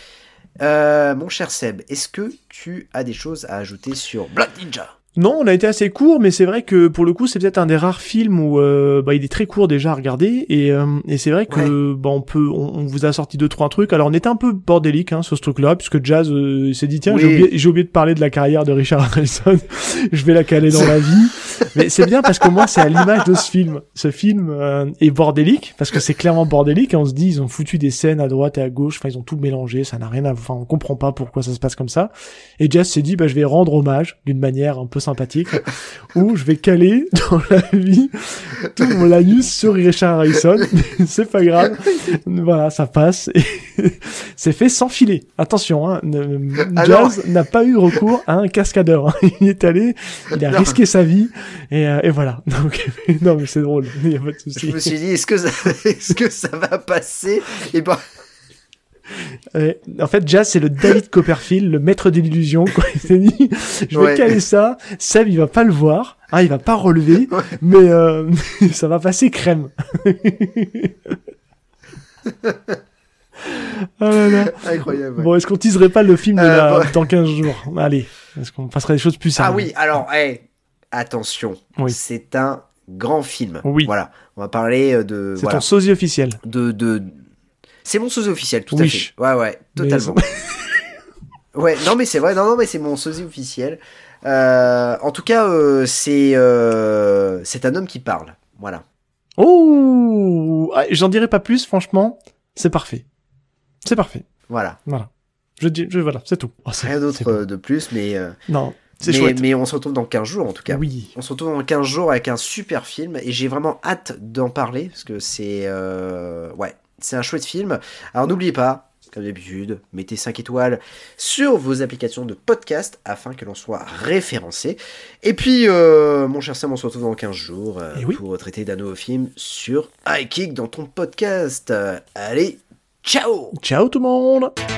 Euh, mon cher Seb, est-ce que tu as des choses à ajouter sur Black Ninja?
Non, on a été assez court, mais c'est vrai que pour le coup, c'est peut-être un des rares films où euh, bah il est très court déjà à regarder, et euh, et c'est vrai que ouais. bah on peut, on, on vous a sorti deux trois trucs. Alors on était un peu bordélique hein sur ce truc-là, puisque Jazz euh, s'est dit tiens oui. j'ai oublié j'ai oublié de parler de la carrière de Richard Harrison, je vais la caler dans la vie. Mais c'est bien parce qu'au moins c'est à l'image de ce film. Ce film euh, est bordélique parce que c'est clairement bordélique. Et on se dit ils ont foutu des scènes à droite et à gauche, enfin ils ont tout mélangé, ça n'a rien à, enfin on comprend pas pourquoi ça se passe comme ça. Et Jazz s'est dit bah je vais rendre hommage d'une manière un peu sympathique où je vais caler dans la vie tout mon lanus sur Richard Harrison. C'est pas grave, voilà ça passe. Et c'est fait sans filet. Attention, hein, Jazz n'a pas eu recours à un cascadeur. Hein. Il est allé, il a non. risqué sa vie. Et, euh, et voilà. Donc, non, mais c'est drôle. Il y a pas de souci.
Je me suis dit, est-ce que ça, est-ce que ça va passer? Et ben.
Ouais. En fait, Jazz, c'est le David Copperfield, le maître de l'illusion, quoi. Il s'est dit, je vais ouais. caler ça. Seb, il va pas le voir. Ah, il va pas relever. Ouais. Mais, euh, ça va passer crème. Ah là là.
Incroyable. Ouais.
Bon, est-ce qu'on teaserait pas le film de euh, la... bon. dans quinze jours? Allez. Est-ce qu'on passerait des choses plus sérieuses?
Ah oui, alors, hey. Attention, oui. c'est un grand film.
Oui.
Voilà, on va parler de...
C'est
voilà,
ton sosie officiel.
de, de... C'est mon sosie officiel, tout
Oui.
à fait. Ouais, ouais, totalement.
Mais...
ouais, non mais c'est vrai, non, non mais c'est mon sosie officiel. Euh, en tout cas, euh, c'est euh, c'est un homme qui parle. Voilà.
Oh, ah, j'en dirai pas plus, franchement. C'est parfait. C'est parfait.
Voilà.
Voilà. Je dis, je, voilà, c'est tout. Oh, c'est,
Rien d'autre
c'est bon.
de plus, mais... Euh,
non, c'est
mais,
chouette.
mais on se retrouve dans quinze jours, en tout cas.
Oui.
On se retrouve dans quinze jours avec un super film, et j'ai vraiment hâte d'en parler, parce que c'est... Euh, ouais, c'est un chouette film. Alors n'oubliez pas, comme d'habitude, mettez cinq étoiles sur vos applications de podcast, afin que l'on soit référencé. Et puis, euh, mon cher Sam, on se retrouve dans quinze jours, euh,
oui.
pour traiter d'un nouveau film sur iKick dans ton podcast. Euh, allez, ciao!
Ciao tout le monde!